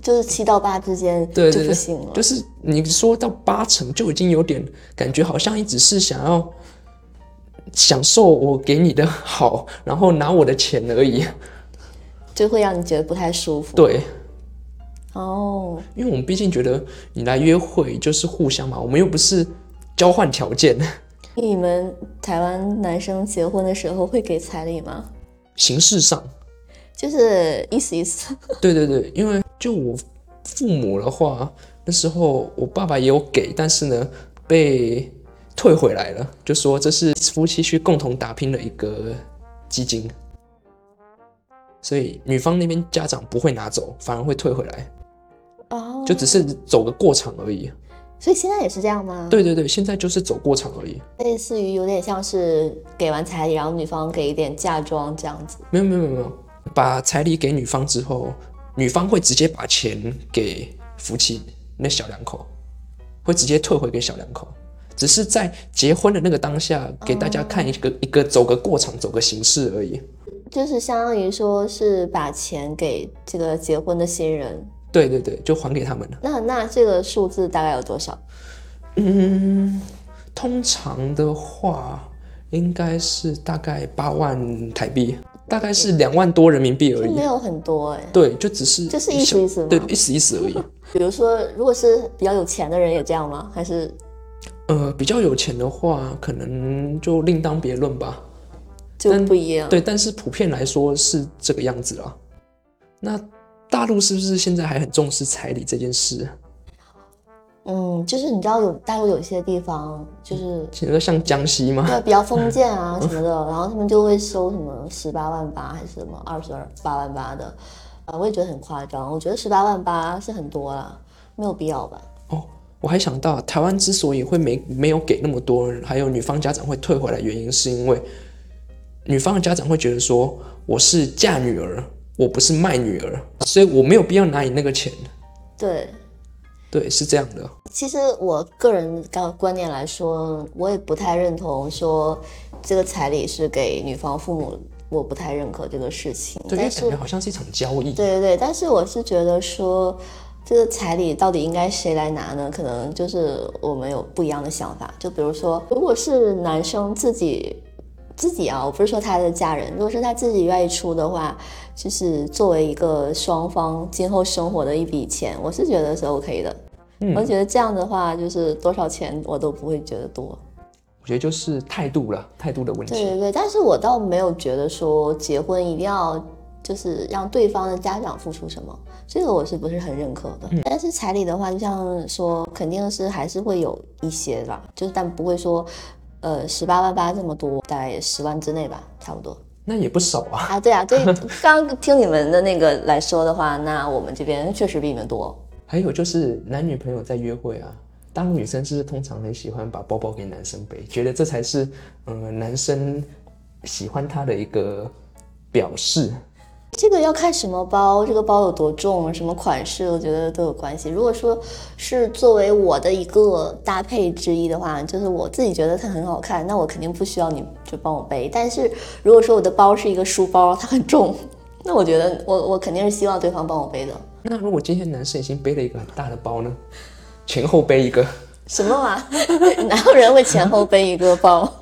就是七到八之间对对对就不行了。 就是你说到八成就已经有点感觉好像一直是想要享受我给你的好，然后拿我的钱而已， 就会让你觉得不太舒服。 对。 哦， 因为我们毕竟觉得你来约会就是互相嘛，我们又不是交换条件。 你们台湾男生结婚的时候会给彩礼吗？ 形式上， 就是意思意思。 对对对，因为就我父母的话，那时候我爸爸也有给，但是呢被退回来了，就说这是夫妻去共同打拼的一个基金，所以女方那边家长不会拿走，反而会退回来。 哦， 就只是走个过场而已。 所以现在也是这样吗？ 对对对，现在就是走过场而已。 类似于有点像是给完彩礼，然后女方给一点嫁妆这样子。 没有没有没有没有，把彩礼给女方之后，女方会直接把钱给夫妻那小两口，会直接退回给小两口。只是在结婚的那个当下，给大家看一个、哦、一个走个过场，走个形式而已。 就是相当于说是把钱给这个结婚的新人。 对对对，就还给他们了。 那那这个数字大概有多少？ 嗯，通常的话应该是大概八万台币，大概是两万多人民币而已， 没有很多哎、欸。 对，就只是就是意思意思吗？ 对，意思意思而已。 比如说，如果是比较有钱的人也这样吗？还是？ 呃，比较有钱的话，可能就另当别论吧， 就不一样。 对，但是普遍来说是这个样子啦。那大陆是不是现在还很重视彩礼这件事？ 嗯，就是你知道有大陆有些地方就是， 比如说像江西吗？ 对，比较封建啊什么的，然后他们就会收什么十八万八还是什么二十八万八的，啊，我也觉得很夸张。我觉得十八万八是很多啦，没有必要吧？ 哦，我还想到台湾之所以会没没有给那么多，还有女方家长会退回来，原因是因为女方的家长会觉得说我是嫁女儿。我不是卖女儿，所以我没有必要拿你那个钱。 对， 对，是这样的。 其实我个人观念来说，我也不太认同说这个彩礼是给女方父母，我不太认可这个事情。 对，因为感觉好像是一场交易。 对对对，但是我是觉得说，这个彩礼到底应该谁来拿呢？可能就是我们有不一样的想法。就比如说，如果是男生自己。自己啊，我不是说他的家人，如果是他自己愿意出的话，就是作为一个双方今后生活的一笔钱，我是觉得是 OK 的。嗯，我觉得这样的话，就是多少钱我都不会觉得多。 我觉得就是态度了，态度的问题。 对对对，但是我倒没有觉得说结婚一定要就是让对方的家长付出什么，这个我是不是很认可的。嗯，但是彩礼的话，就像说肯定是还是会有一些啦，就是但不会说。呃，十八万八这么多，大概十万之内吧，差不多。 那也不少啊。 啊，对啊，对，刚刚听你们的那个来说的话，那我们这边确实比你们多。 还有就是男女朋友在约会啊，大陆女生是不是通常很喜欢把包包给男生背，觉得这才是呃男生喜欢他的一个表示。 这个要看什么包，这个包有多重，什么款式，我觉得都有关系。如果说是作为我的一个搭配之一的话，就是我自己觉得它很好看，那我肯定不需要你就帮我背。但是如果说我的包是一个书包，它很重，那我觉得我我肯定是希望对方帮我背的。 那如果今天男生已经背了一个很大的包呢？前后背一个？ 什么嘛？哪有人会前后背一个包？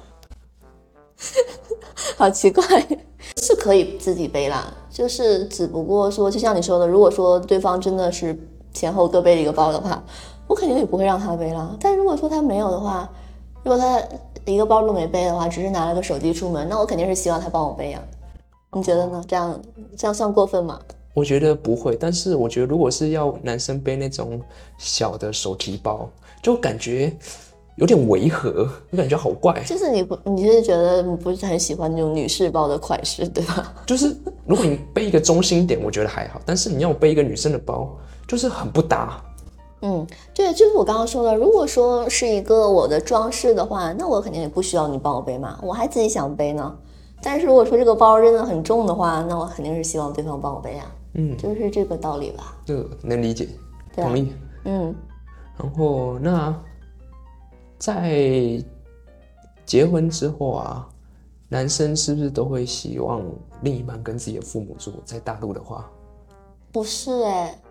好奇怪。是可以自己背啦，就是只不过说，就像你说的，如果说对方真的是前后各背了一个包的话，我肯定也不会让他背啦。但如果说他没有的话，如果他一个包都没背的话，只是拿了个手机出门，那我肯定是希望他帮我背啊。你觉得呢？这样这样算过分吗？ 我觉得不会，但是我觉得如果是要男生背那种小的手提包，就感觉有点违和，我感觉好怪。 就是你不，你就是觉得你不是很喜欢那种女士包的款式，对吧？ 就是如果你背一个中心点，我觉得还好，但是你要背一个女生的包，就是很不搭。 嗯，对，就是我刚刚说的，如果说是一个我的装饰的话，那我肯定也不需要你帮我背嘛，我还自己想背呢。但是如果说这个包真的很重的话，那我肯定是希望对方帮我背啊。嗯，就是这个道理吧。 这个能理解， 对啊， 同意。 嗯， 然后那。在结婚之后啊，男生是不是都会希望另一半跟自己的父母住？在大陆的话， 不是哎、欸，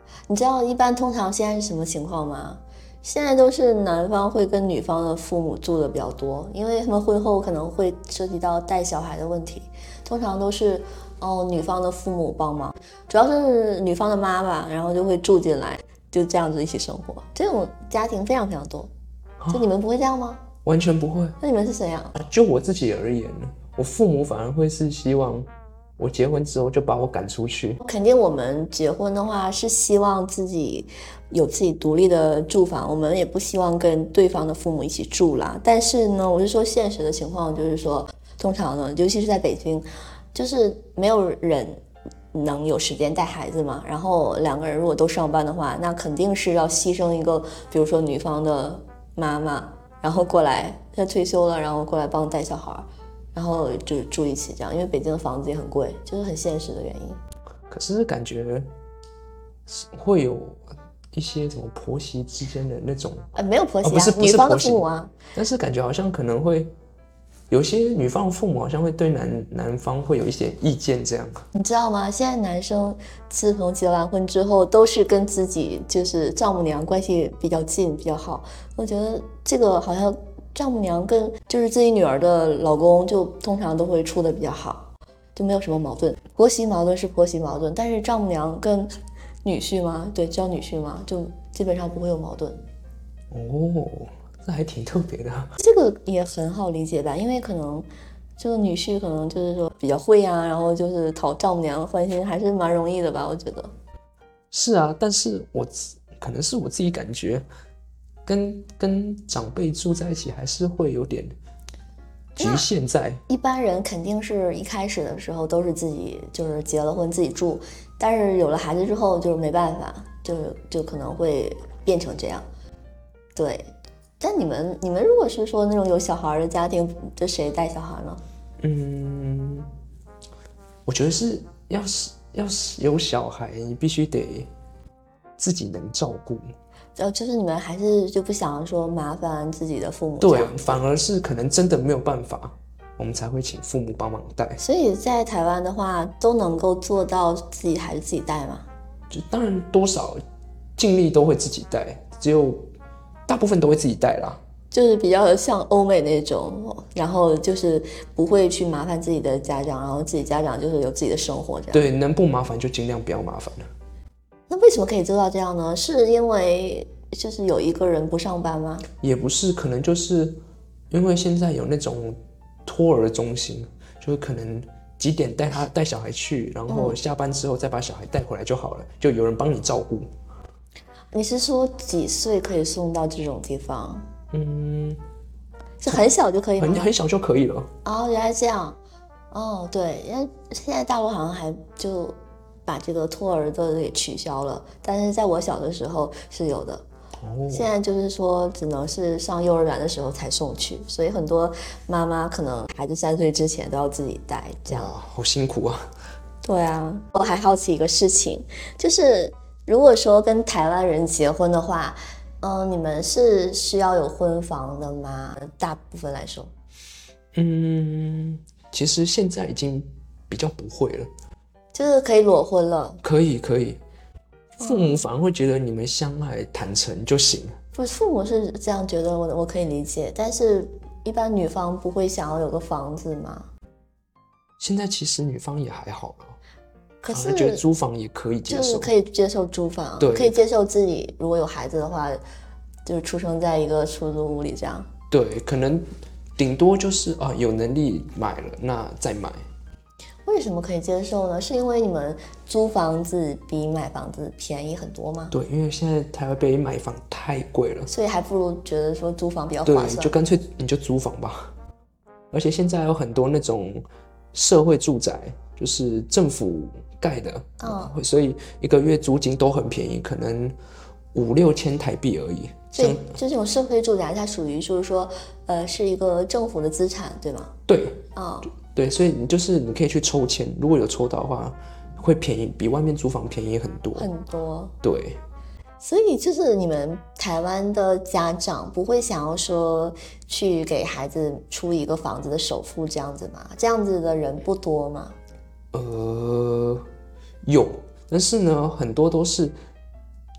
你知道一般通常现在是什么情况吗？现在都是男方会跟女方的父母住的比较多，因为他们婚后可能会涉及到带小孩的问题，通常都是哦女方的父母帮忙，主要是女方的妈妈，然后就会住进来，就这样子一起生活，这种家庭非常非常多。就你们不会这样吗？ 完全不会。 那你们是怎样？ 就我自己而言，我父母反而会是希望我结婚之后就把我赶出去。 肯定我们结婚的话是希望自己有自己独立的住房，我们也不希望跟对方的父母一起住啦。但是呢，我是说现实的情况，就是说通常呢，尤其是在北京，就是没有人能有时间带孩子嘛，然后两个人如果都上班的话，那肯定是要牺牲一个，比如说女方的妈妈，然后过来，她退休了，然后过来帮带小孩，然后就住一起这样，因为北京的房子也很贵，就是很现实的原因。 可是感觉会有一些什么婆媳之间的那种， 呃，没有婆媳啊， 哦、不是不女方的是婆媳父母啊。 但是感觉好像可能会有些女方的父母好像会对男男方会有一些意见这样。 你知道吗？现在男生自从结完婚之后，都是跟自己就是丈母娘关系比较近比较好。我觉得这个好像丈母娘跟就是自己女儿的老公就通常都会处的比较好，就没有什么矛盾。婆媳矛盾是婆媳矛盾，但是丈母娘跟女婿嘛，对，叫女婿嘛，就基本上不会有矛盾。 哦，这还挺特别的。 这个也很好理解吧，因为可能这个女婿可能就是说比较会啊，然后就是讨丈母娘欢心，还是蛮容易的吧，我觉得。 是啊，但是我可能是我自己感觉跟跟长辈住在一起还是会有点局限在。 一般人肯定是一开始的时候都是自己就是结了婚自己住，但是有了孩子之后就是没办法，就就可能会变成这样。对，但你们你们如果是说那种有小孩的家庭，这谁带小孩呢？ 嗯，我觉得是要是要是有小孩，你必须得自己能照顾。 呃，就是你们还是就不想说麻烦自己的父母？ 对，反而是可能真的没有办法，我们才会请父母帮忙带。 所以在台湾的话，都能够做到自己孩子自己带吗？ 就当然多少尽力都会自己带，只有大部分都会自己带啦。 就是比较像欧美那种，然后就是不会去麻烦自己的家长，然后自己家长就是有自己的生活这样。 对，能不麻烦就尽量不要麻烦了。 那为什么可以做到这样呢？是因为就是有一个人不上班吗？ 也不是，可能就是因为现在有那种托儿中心，就是可能几点带他带小孩去，然后下班之后再把小孩带回来就好了，就有人帮你照顾。 你是说几岁可以送到这种地方？ 嗯， 是很小就可以吗？ 很很小就可以了。 哦，原来这样。哦，对，因为现在大陆好像还就把这个托儿的给取消了，但是在我小的时候是有的。 哦， 现在就是说只能是上幼儿园的时候才送去，所以很多妈妈可能孩子三岁之前都要自己带，这样。 哇，好辛苦啊。 对啊，我还好奇一个事情，就是如果说跟台湾人结婚的话，嗯、呃，你们是需要有婚房的吗？大部分来说， 嗯，其实现在已经比较不会了， 就是可以裸婚了。 可以可以，父母反而会觉得你们相爱坦诚就行。 不，父母是这样觉得，我我可以理解，但是一般女方不会想要有个房子吗？ 现在其实女方也还好了， 可是觉得租房也可以接受， 就是可以接受租房， 对， 可以接受自己如果有孩子的话，就是出生在一个出租屋里这样。 对，可能顶多就是啊有能力买了那再买。 为什么可以接受呢？是因为你们租房子比买房子便宜很多吗？ 对，因为现在台北买房太贵了， 所以还不如觉得说租房比较划算。 对，就干脆你就租房吧。而且现在有很多那种社会住宅，就是政府盖的，哦、所以一个月租金都很便宜，可能五六千台币而已。 所以就这种社会住宅，它属于就是说，呃，是一个政府的资产，对吗？ 对， 哦， 对，所以你就是你可以去抽签，如果有抽到的话，会便宜，比外面租房便宜很多很多。 对， 所以就是你们台湾的家长不会想要说去给孩子出一个房子的首付这样子吗？这样子的人不多吗？ 呃，有，但是呢，很多都是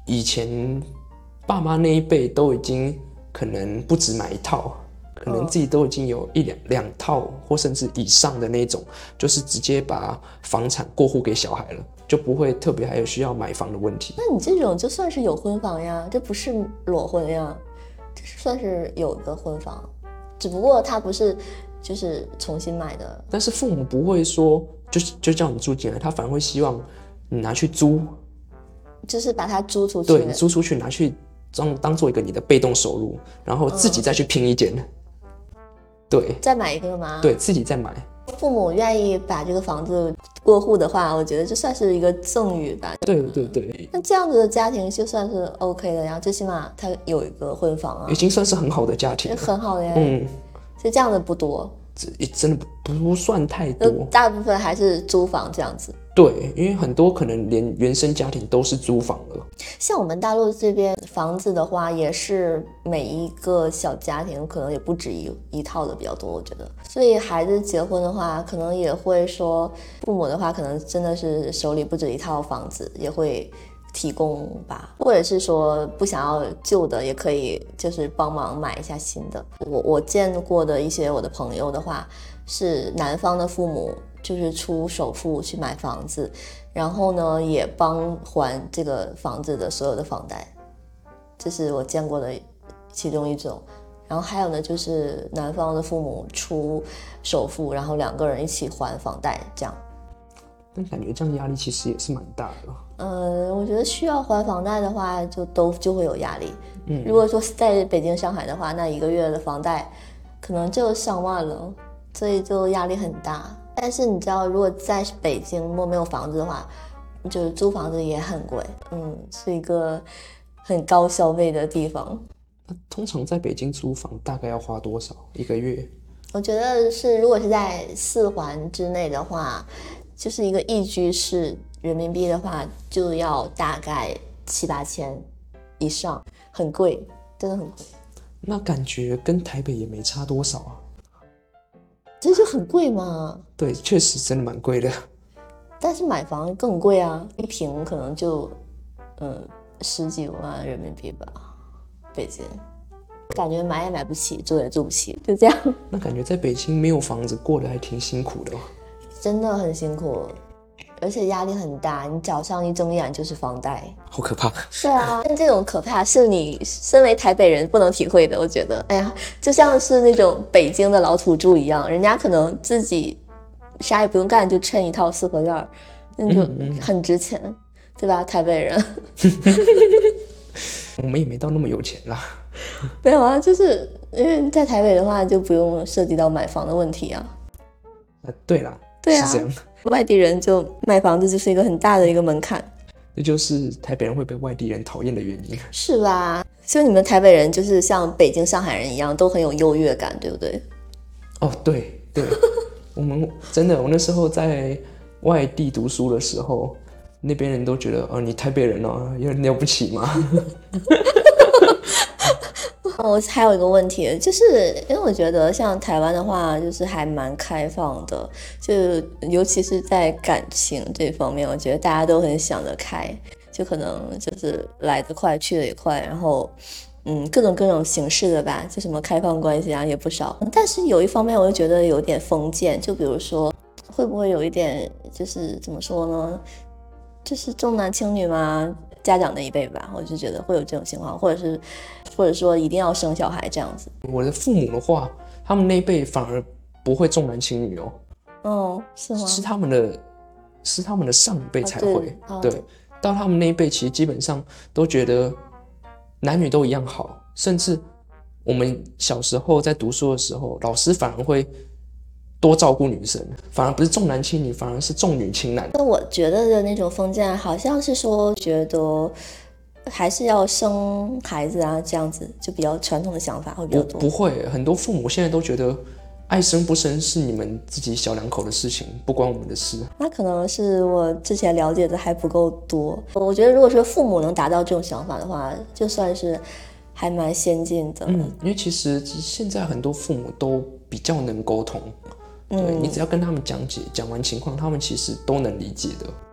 以前爸妈那一辈都已经可能不止买一套，可能自己都已经有一两两套或甚至以上的那种，就是直接把房产过户给小孩了，就不会特别还有需要买房的问题。 那你这种就算是有婚房呀，这不是裸婚呀，这算是有的婚房，只不过它不是就是重新买的。 但是父母不会说就就叫你住进来，他反而会希望你拿去租， 就是把它租出去。 对，你租出去拿去当当做一个你的被动收入，然后自己再去拼一间。嗯对， 再买一个吗？ 对，自己再买。 父母愿意把这个房子过户的话，我觉得这算是一个赠与吧。 对对对。 那这样子的家庭就算是 OK 的呀，最起码他有一个婚房啊， 已经算是很好的家庭了， 很好的呀。 嗯， 就这样的不多， 这真的不算太多， 大部分还是租房这样子。 对，因为很多可能连原生家庭都是租房了。 像我们大陆这边房子的话，也是每一个小家庭可能也不止一一套的比较多，我觉得。所以孩子结婚的话，可能也会说，父母的话可能真的是手里不止一套房子，也会提供吧，或者是说不想要旧的，也可以就是帮忙买一下新的。我我见过的一些我的朋友的话，是男方的父母就是出首付去买房子，然后呢也帮还这个房子的所有的房贷，这是我见过的其中一种。然后还有呢，就是男方的父母出首付，然后两个人一起还房贷，这样。 但感觉这样压力其实也是蛮大的。 呃，我觉得需要还房贷的话，就都就会有压力。 嗯， 如果说在北京、上海的话，那一个月的房贷可能就上万了，所以就压力很大。但是你知道，如果在北京如果没有房子的话，就是租房子也很贵，嗯，是一个很高消费的地方。 那通常在北京租房大概要花多少一个月？ 我觉得是，如果是在四环之内的话，就是一个一居室，人民币的话就要大概七八千以上，很贵，真的很贵。 那感觉跟台北也没差多少啊。 这就很贵嘛。 对，确实真的蛮贵的。 但是买房更贵啊，一平可能就嗯十几万人民币吧，北京。感觉买也买不起，住也住不起，就这样。 那感觉在北京没有房子过得还挺辛苦的哦。 真的很辛苦，而且压力很大，你早上一睁眼就是房贷， 好可怕。 对啊，但这种可怕是你身为台北人不能体会的，我觉得。哎呀，就像是那种北京的老土著一样，人家可能自己啥也不用干就趁一套四合院，那就很值钱，嗯嗯对吧？台北人我们也没到那么有钱啦。 没有啊，就是因为在台北的话就不用涉及到买房的问题啊。 呃，对啦， 对啊， 是这样。 外地人就买房子就是一个很大的一个门槛， 这就是台北人会被外地人讨厌的原因， 是吧？所以你们台北人就是像北京、上海人一样，都很有优越感，对不对？ 哦，对对，我们真的，我那时候在外地读书的时候，那边人都觉得，哦，你台北人哦，有了不起吗？ 我还有一个问题，就是因为我觉得像台湾的话，就是还蛮开放的，就尤其是在感情这方面，我觉得大家都很想得开，就可能就是来得快去得也快，然后嗯各种各种形式的吧，就什么开放关系啊也不少。但是有一方面我又觉得有点封建，就比如说会不会有一点就是怎么说呢，就是重男轻女吗？家长那一辈吧，我就觉得会有这种情况，或者是或者说一定要生小孩这样子。 我的父母的话，他们那一辈反而不会重男轻女哦。 哦，是吗？ 是他们的，是他们的上一辈才会。 哦、 对, 对，到他们那一辈，其实基本上都觉得男女都一样好，甚至我们小时候在读书的时候，老师反而会多照顾女生，反而不是重男轻女，反而是重女轻男。 那我觉得的那种封建，好像是说觉得还是要生孩子啊，这样子就比较传统的想法会比较多。 不不会，很多父母现在都觉得爱生不生是你们自己小两口的事情，不关我们的事。 那可能是我之前了解的还不够多。我觉得如果说父母能达到这种想法的话，就算是还蛮先进的。 嗯，因为其实现在很多父母都比较能沟通。对，你只要跟他们讲解，讲完情况，他们其实都能理解的。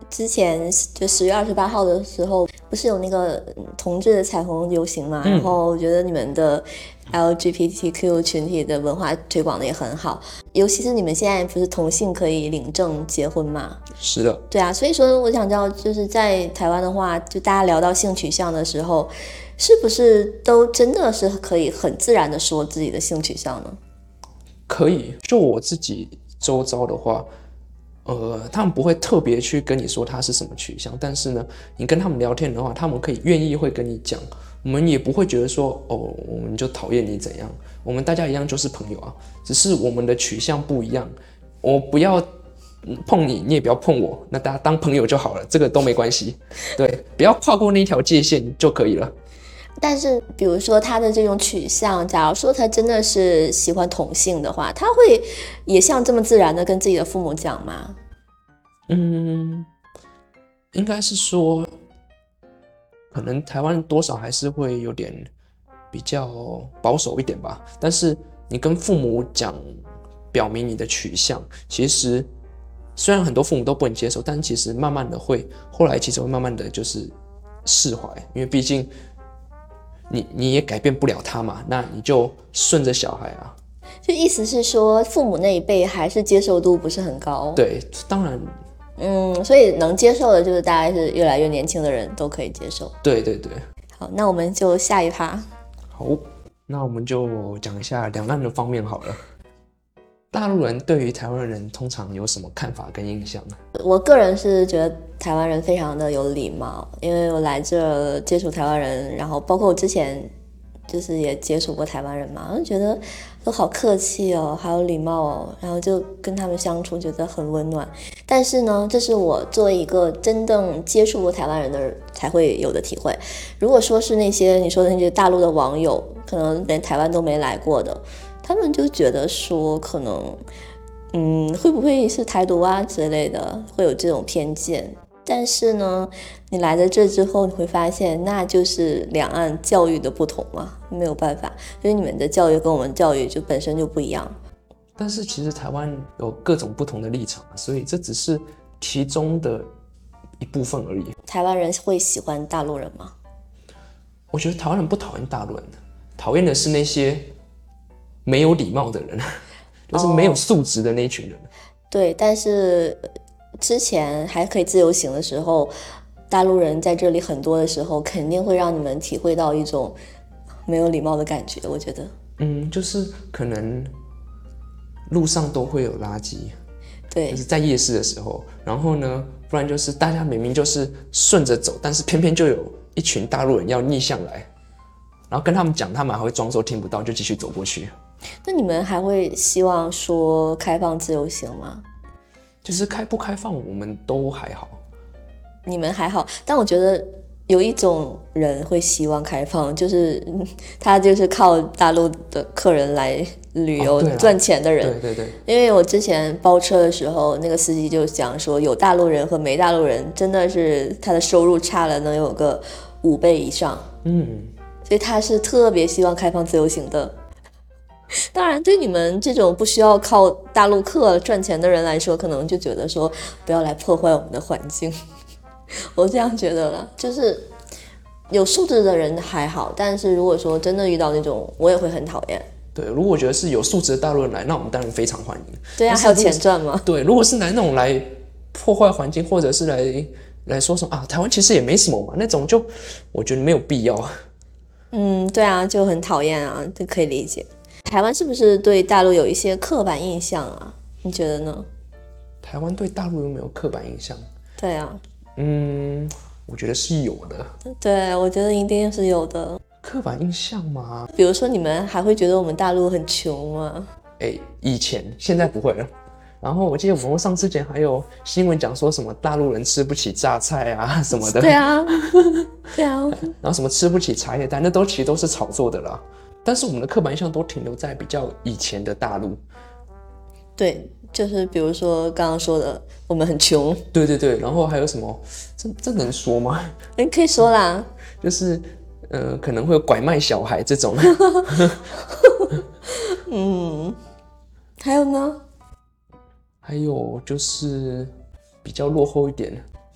之前就十月二十八号的时候，不是有那个同志的彩虹游行嘛？嗯、然后我觉得你们的 L G B T Q 群体的文化推广的也很好，尤其是你们现在不是同性可以领证结婚嘛？ 是的， 对啊，所以说我想知道，就是在台湾的话，就大家聊到性取向的时候，是不是都真的是可以很自然的说自己的性取向呢？ 可以，就我自己周遭的话。呃，他们不会特别去跟你说他是什么取向，但是呢，你跟他们聊天的话，他们可以愿意会跟你讲，我们也不会觉得说，哦，我们就讨厌你怎样，我们大家一样就是朋友啊，只是我们的取向不一样，我不要碰你，你也不要碰我，那大家当朋友就好了，这个都没关系，对，不要跨过那条界限就可以了。 但是比如说他的这种取向，假如说他真的是喜欢同性的话，他会也像这么自然的跟自己的父母讲吗？ 嗯，应该是说可能台湾多少还是会有点比较保守一点吧，但是你跟父母讲表明你的取向，其实虽然很多父母都不能接受，但其实慢慢的会后来其实会慢慢的就是释怀，因为毕竟你你也改变不了他嘛，那你就顺着小孩啊。 就意思是说，父母那一辈还是接受度不是很高。 对，当然， 嗯，所以能接受的就是大概是越来越年轻的人都可以接受。 对对对。 好，那我们就下一趴。 好，那我们就讲一下两岸的方面好了。大陆人对于台湾人通常有什么看法跟印象呢？ 我个人是觉得台湾人非常的有礼貌，因为我来这接触台湾人，然后包括我之前就是也接触过台湾人嘛，我就觉得都好客气哦，好有礼貌哦，然后就跟他们相处觉得很温暖。但是呢，这是我作为一个真正接触过台湾人的人才会有的体会。如果说是那些你说的那些大陆的网友，可能连台湾都没来过的，他们就觉得说可能嗯会不会是台独啊之类的，会有这种偏见。但是呢，你来了这之后，你会发现那就是两岸教育的不同嘛，没有办法，因为你们的教育跟我们教育就本身就不一样。 但是其实台湾有各种不同的立场，所以这只是其中的一部分而已。 台湾人会喜欢大陆人吗？ 我觉得台湾人不讨厌大陆人，讨厌的是那些没有礼貌的人，就是没有素质的那一群人。哦， 对，但是之前还可以自由行的时候，大陆人在这里很多的时候，肯定会让你们体会到一种没有礼貌的感觉，我觉得。 嗯，就是可能路上都会有垃圾， 对， 就是在夜市的时候，然后呢，不然就是大家明明就是顺着走，但是偏偏就有一群大陆人要逆向来，然后跟他们讲，他们还会装作听不到，就继续走过去。 那你们还会希望说开放自由行吗？ 就是开不开放我们都还好。 你们还好，但我觉得有一种人会希望开放，就是他就是靠大陆的客人来旅游赚钱的人。 哦，对对对。 因为我之前包车的时候，那个司机就讲说，有大陆人和没大陆人真的是他的收入差了能有个五倍以上。 嗯， 所以他是特别希望开放自由行的。当然对你们这种不需要靠大陆客赚钱的人来说，可能就觉得说不要来破坏我们的环境。我这样觉得了，就是有素质的人还好，但是如果说真的遇到那种，我也会很讨厌。 对，如果我觉得是有素质的大陆人来，那我们当然非常欢迎。 对啊，还有钱赚吗？ 对，如果是来那种来破坏环境，或者是来来说什么啊，台湾其实也没什么嘛，那种就我觉得没有必要。 嗯，对啊，就很讨厌啊，这可以理解。台湾是不是对大陆有一些刻板印象啊？你觉得呢？ 台湾对大陆有没有刻板印象？ 对啊， 嗯，我觉得是有的。 对，我觉得一定是有的。 刻板印象吗？ 比如说你们还会觉得我们大陆很穷吗？ 哎，以前，现在不会了。然后我记得网络上之前还有新闻讲说什么大陆人吃不起榨菜啊什么的。 对啊，对啊。 然后什么吃不起茶叶蛋，那都其实都是炒作的啦。但是我们的刻板印象都停留在比较以前的大陆。 对，就是比如说刚刚说的，我们很穷。 对对对，然后还有什么？这这能说吗？ 你可以说啦。 就是呃，可能会有拐卖小孩这种。 嗯，还有呢？ 还有就是比较落后一点。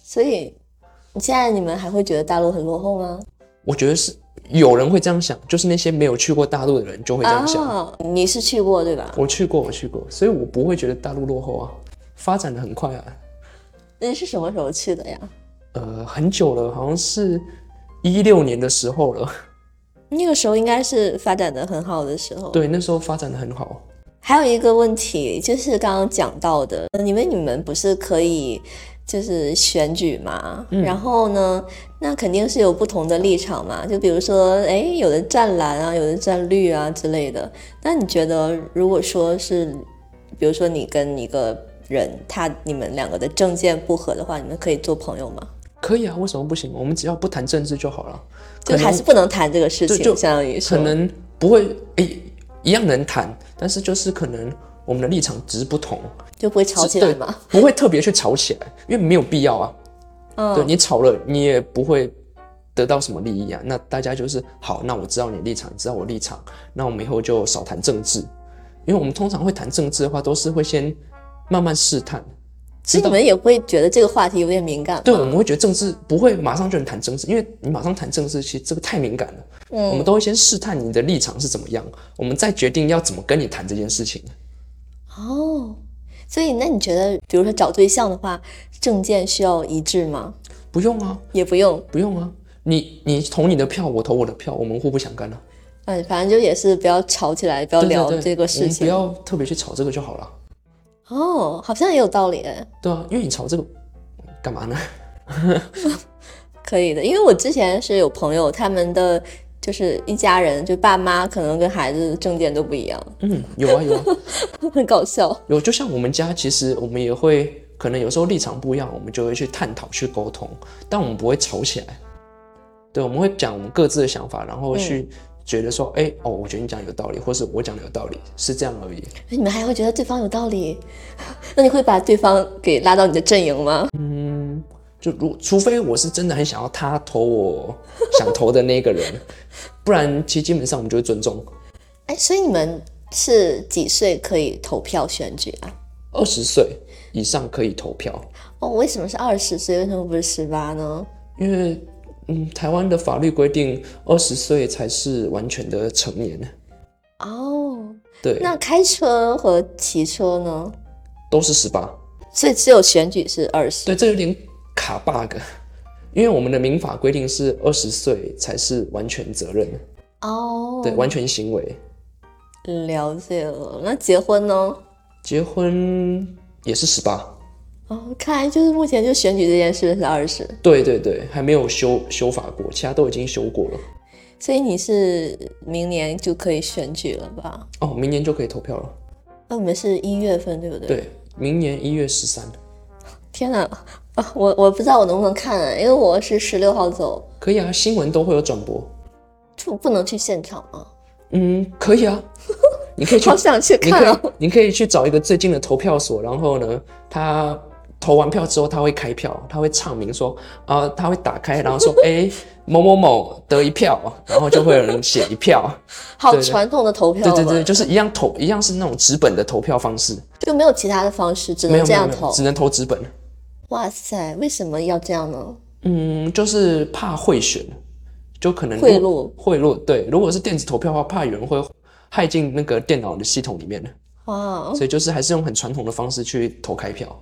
所以现在你们还会觉得大陆很落后吗？ 我觉得是有人会这样想，就是那些没有去过大陆的人就会这样想。 哦，你是去过对吧？ 我去过，我去过，所以我不会觉得大陆落后啊，发展的很快啊。 你是什么时候去的呀？ 呃，很久了，好像是一六年的时候了。 那个时候应该是发展的很好的时候。 对，那时候发展的很好。 还有一个问题就是刚刚讲到的，因为你们不是可以就是选举嘛、嗯、然后呢那肯定是有不同的立场嘛，就比如说哎，有的站蓝啊，有的站绿啊之类的。那你觉得如果说是比如说你跟一个人他你们两个的政见不合的话，你们可以做朋友吗？ 可以啊，为什么不行？我们只要不谈政治就好了。 就还是不能谈这个事情，相当于说可能不会诶，一样能谈，但是就是可能我们的立场只是不同， 就不会吵起来嘛？ 不会特别去吵起来，因为没有必要啊。嗯，对，你吵了你也不会得到什么利益啊。那大家就是好，那我知道你的立场，你知道我立场，那我们以后就少谈政治，因为我们通常会谈政治的话，都是会先慢慢试探。 所以你们也会觉得这个话题有点敏感吗？ 对，我们会觉得政治不会马上就能谈政治，因为你马上谈政治，其实这个太敏感了。嗯，我们都会先试探你的立场是怎么样，我们再决定要怎么跟你谈这件事情。 哦，所以那你觉得，比如说找对象的话，政见需要一致吗？ 不用啊， 也不用， 不用啊。你你投你的票，我投我的票，我们互不相干啊。 嗯，反正就也是不要吵起来，不要聊这个事情， 对对对，我们不要特别去吵这个就好了。 哦，好像也有道理诶。 对啊，因为你吵这个干嘛呢？ 可以的，因为我之前是有朋友，他们的就是一家人，就爸妈可能跟孩子的政见都不一样。 嗯，有啊有啊， 很搞笑。 有，就像我们家，其实我们也会可能有时候立场不一样，我们就会去探讨、去沟通，但我们不会吵起来。对，我们会讲我们各自的想法，然后去、嗯。觉得说，哎、欸，哦，我觉得你讲有道理，或是我讲的有道理，是这样而已。 你们还会觉得对方有道理？那你会把对方给拉到你的阵营吗？ 嗯，就如除非我是真的很想要他投我想投的那个人，不然其实基本上我们就会尊重。 哎、欸，所以你们是几岁可以投票选举啊？ 二十岁以上可以投票。 哦，为什么是二十岁？为什么不是十八呢？ 因为。嗯，台湾的法律规定二十岁才是完全的成年。 哦， 对， 那开车和骑车呢？ 都是十八， 所以只有选举是二十。 对，这有点卡 bug， 因为我们的民法规定是二十岁才是完全责任。哦，对，完全行为。 了解了。那结婚呢？ 结婚也是十八。 哦，看来就是目前就选举这件事是二十。 对对对，还没有修修法过，其他都已经修过了。 所以你是明年就可以选举了吧？ 哦，明年就可以投票了。 那我们是一月份对不对？ 对，明年一月十三。 天哪，啊、我我不知道我能不能看啊，因为我是十六号走。 可以啊，新闻都会有转播。 就不能去现场吗？ 嗯，可以啊。你可以去， 好想去看哦。 你可以，你可以去找一个最近的投票所，然后呢，他。投完票之后，他会开票，他会唱名说，啊、呃，他会打开，然后说，哎、欸，某某某得一票，然后就会有人写一票。 好传统的投票。 对对对，就是一样投，一样是那种纸本的投票方式， 就没有其他的方式，只能这样投， 只能投纸本。 哇塞，为什么要这样呢？ 嗯，就是怕贿选，就可能贿赂， 贿赂。对，如果是电子投票的话，怕有人会害进那个电脑的系统里面。哇，所以就是还是用很传统的方式去投开票。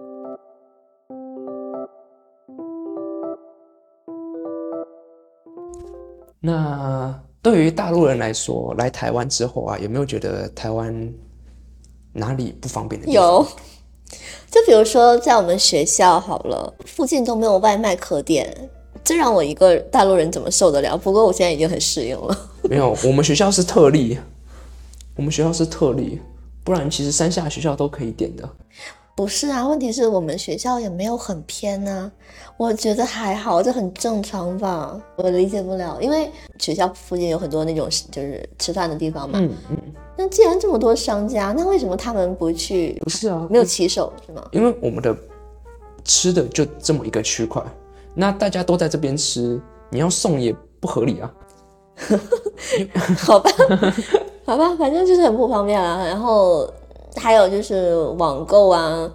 那对于大陆人来说，来台湾之后啊，有没有觉得台湾哪里不方便的地方？ 有，就比如说在我们学校好了，附近都没有外卖客店，这让我一个大陆人怎么受得了？不过我现在已经很适应了。 没有，我们学校是特例，我们学校是特例，不然其实山下学校都可以点的。 不是啊，问题是我们学校也没有很偏啊，我觉得还好，这很正常吧，我理解不了，因为学校附近有很多那种就是吃饭的地方嘛，嗯嗯，那既然这么多商家，那为什么他们不去？ 不是啊， 没有骑手是吗？ 因为我们的吃的就这么一个区块，那大家都在这边吃，你要送也不合理啊。 好吧，好吧，反正就是很不方便啊，然后。还有就是网购啊，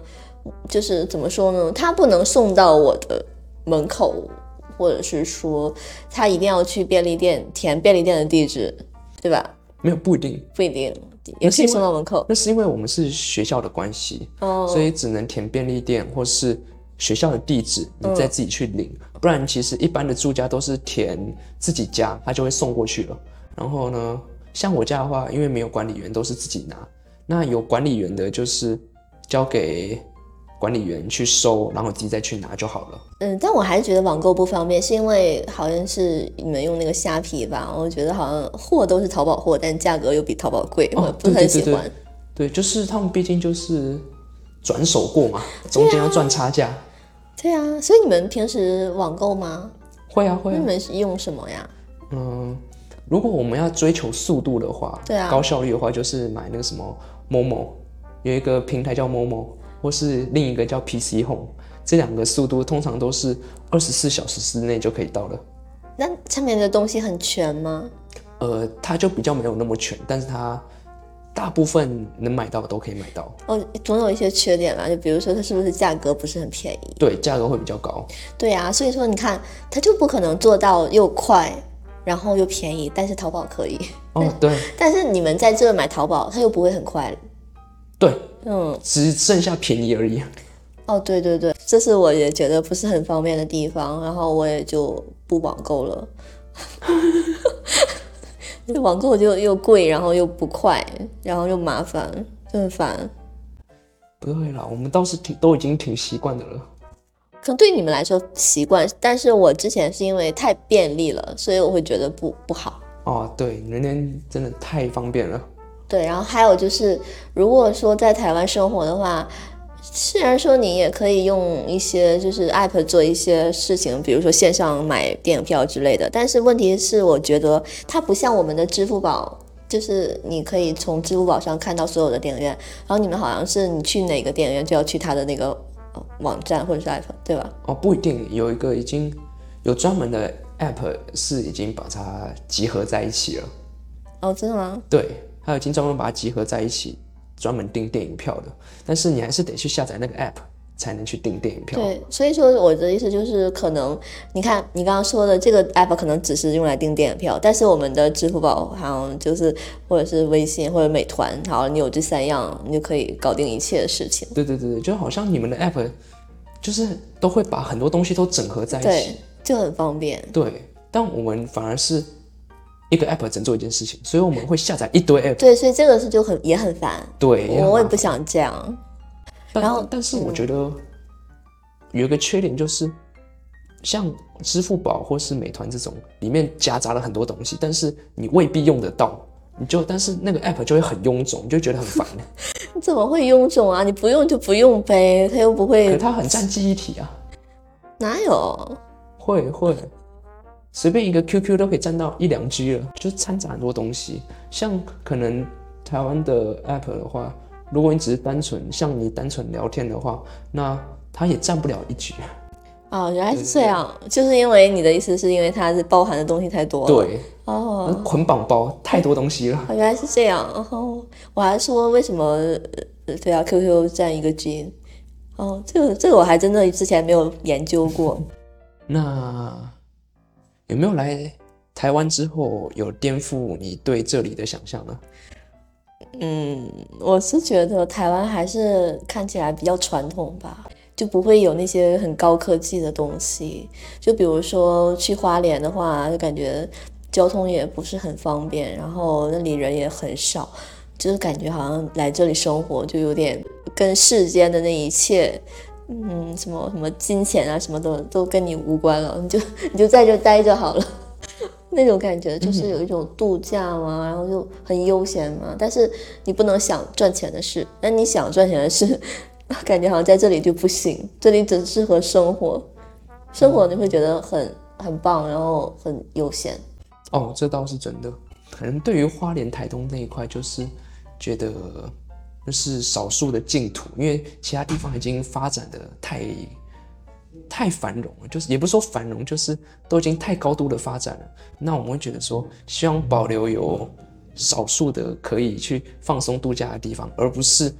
就是怎么说呢？他不能送到我的门口，或者是说他一定要去便利店填便利店的地址，对吧？ 没有，不一定， 不一定，也可以送到门口。 那是因为我们是学校的关系，哦，所以只能填便利店或是学校的地址，你再自己去领。嗯、不然，其实一般的住家都是填自己家，他就会送过去了。然后呢，像我家的话，因为没有管理员，都是自己拿。那有管理员的，就是交给管理员去收，然后自己再去拿就好了。 嗯，但我还是觉得网购不方便，是因为好像是你们用那个虾皮吧，我觉得好像货都是淘宝货，但价格又比淘宝贵， 哦、 我不是很喜欢。对, 对, 对, 对, 对，就是他们毕竟就是转手过嘛，中间要赚差价。 对啊，所以你们平时网购吗？ 会啊会啊。 你们是用什么呀？ 嗯，如果我们要追求速度的话， 对啊， 高效率的话，就是买那个什么 Momo， 有一个平台叫 Momo， 或是另一个叫 P C Home， 这两个速度通常都是二十四小时之内就可以到了。 那上面的东西很全吗？ 呃，它就比较没有那么全，但是它大部分能买到的都可以买到。 哦，总有一些缺点嘛，就比如说它是不是价格不是很便宜？ 对，价格会比较高。 对啊，所以说你看，它就不可能做到又快，然后又便宜，但是淘宝可以。 哦，对。 但是你们在这买淘宝，它又不会很快。 对， 嗯， 只剩下便宜而已。 哦，对对对，这是我也觉得不是很方便的地方，然后我也就不网购了。网购就又贵，然后又不快，然后又麻烦，就很烦。 不会啦，我们倒是挺都已经挺习惯的了。 可能对你们来说习惯，但是我之前是因为太便利了，所以我会觉得不不好。 哦，对，人家真的太方便了。 对，然后还有就是，如果说在台湾生活的话，虽然说你也可以用一些就是 app 做一些事情，比如说线上买电影票之类的，但是问题是我觉得它不像我们的支付宝，就是你可以从支付宝上看到所有的电影院，然后你们好像是你去哪个电影院就要去它的那个网站或者是 app， 对吧？ 哦，不一定，有一个已经有专门的 app 是已经把它集合在一起了。 哦，真的吗？ 对，它已经专门把它集合在一起，专门订电影票的，但是你还是得去下载那个 app 才能去订电影票。 对，所以说我的意思就是，可能你看你刚刚说的这个 app 可能只是用来订电影票，但是我们的支付宝好像就是或者是微信或者美团，好，你有这三样，你就可以搞定一切的事情。 对对对，就好像你们的 app 就是都会把很多东西都整合在一起， 对，就很方便。 对，但我们反而是一个 app 只能做一件事情，所以我们会下载一堆 app。 对，所以这个是就很也很烦。 对，也我也不想这样。然后， 但是我觉得有一个缺点就是，像支付宝或是美团这种，里面夹杂了很多东西，但是你未必用得到，你就但是那个 app 就会很臃肿，你就觉得很烦。 你怎么会臃肿啊？你不用就不用呗，它又不会。 可它很占记忆体啊。 哪有？ 会会。随便一个 Q Q 都可以占到一两 G 了，就是掺杂很多东西。像可能台湾的 app 的话，如果你只是单纯像你单纯聊天的话，那它也占不了一 G。 哦，原来是这样，就是因为你的意思是因为它是包含的东西太多了。 对， 哦， 捆绑包太多东西了。 哦，原来是这样。哦，我还说为什么对啊 Q Q 占一个 G。哦，这个这个我还真的之前没有研究过。 那有没有来台湾之后有颠覆你对这里的想象呢？ 嗯，我是觉得台湾还是看起来比较传统吧，就不会有那些很高科技的东西。就比如说去花莲的话，就感觉交通也不是很方便，然后那里人也很少，就是感觉好像来这里生活就有点跟世间的那一切。嗯，什么什么金钱啊，什么的都跟你无关了，你就你就在这待着好了，那种感觉就是有一种度假嘛，然后就很悠闲嘛。但是你不能想赚钱的事，但你想赚钱的事，感觉好像在这里就不行，这里只适合生活，生活你会觉得很很棒，然后很悠闲。 哦，这倒是真的。可能对于花莲台东那一块，就是觉得。就是少数的净土，因为其他地方已经发展的太太繁荣了，就是也不是说繁荣，就是都已经太高度的发展了。那我们会觉得说，希望保留有少数的可以去放松度假的地方，而不是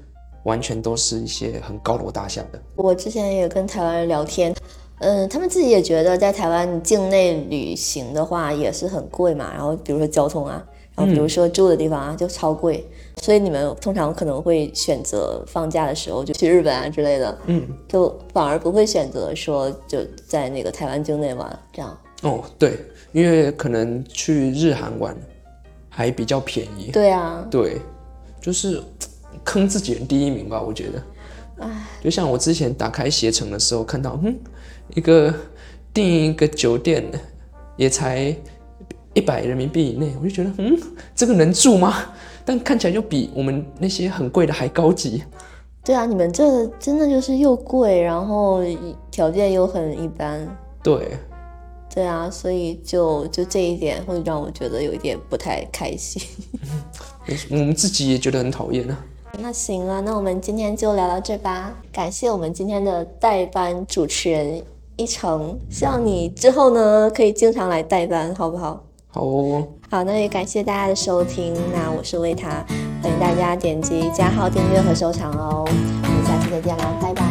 完全都是一些很高楼大厦的。 我之前也跟台湾人聊天，嗯，他们自己也觉得在台湾境内旅行的话也是很贵嘛，然后比如说交通啊，然后比如说住的地方啊、嗯、就超贵，所以你们通常可能会选择放假的时候就去日本啊之类的， 嗯， 就反而不会选择说就在那个台湾境内玩这样。 哦，对，因为可能去日韩玩还比较便宜。 对啊， 对，就是坑自己人第一名吧，我觉得。就像我之前打开携程的时候看到，嗯，一个订一个酒店也才一百人民币以内，我就觉得，嗯，这个能住吗？但看起来就比我们那些很贵的还高级。 对啊，你们这真的就是又贵，然后条件又很一般。 对。 对啊，所以就就这一点会让我觉得有一点不太开心。 我们自己也觉得很讨厌啊。 那行啊，那我们今天就聊到这吧。感谢我们今天的代班主持人一成，希望你之后呢可以经常来代班，好不好？ 好哦。 好，那也感谢大家的收听。那我是维塔，欢迎大家点击加号订阅和收藏哦。我们下期再见啦，拜拜。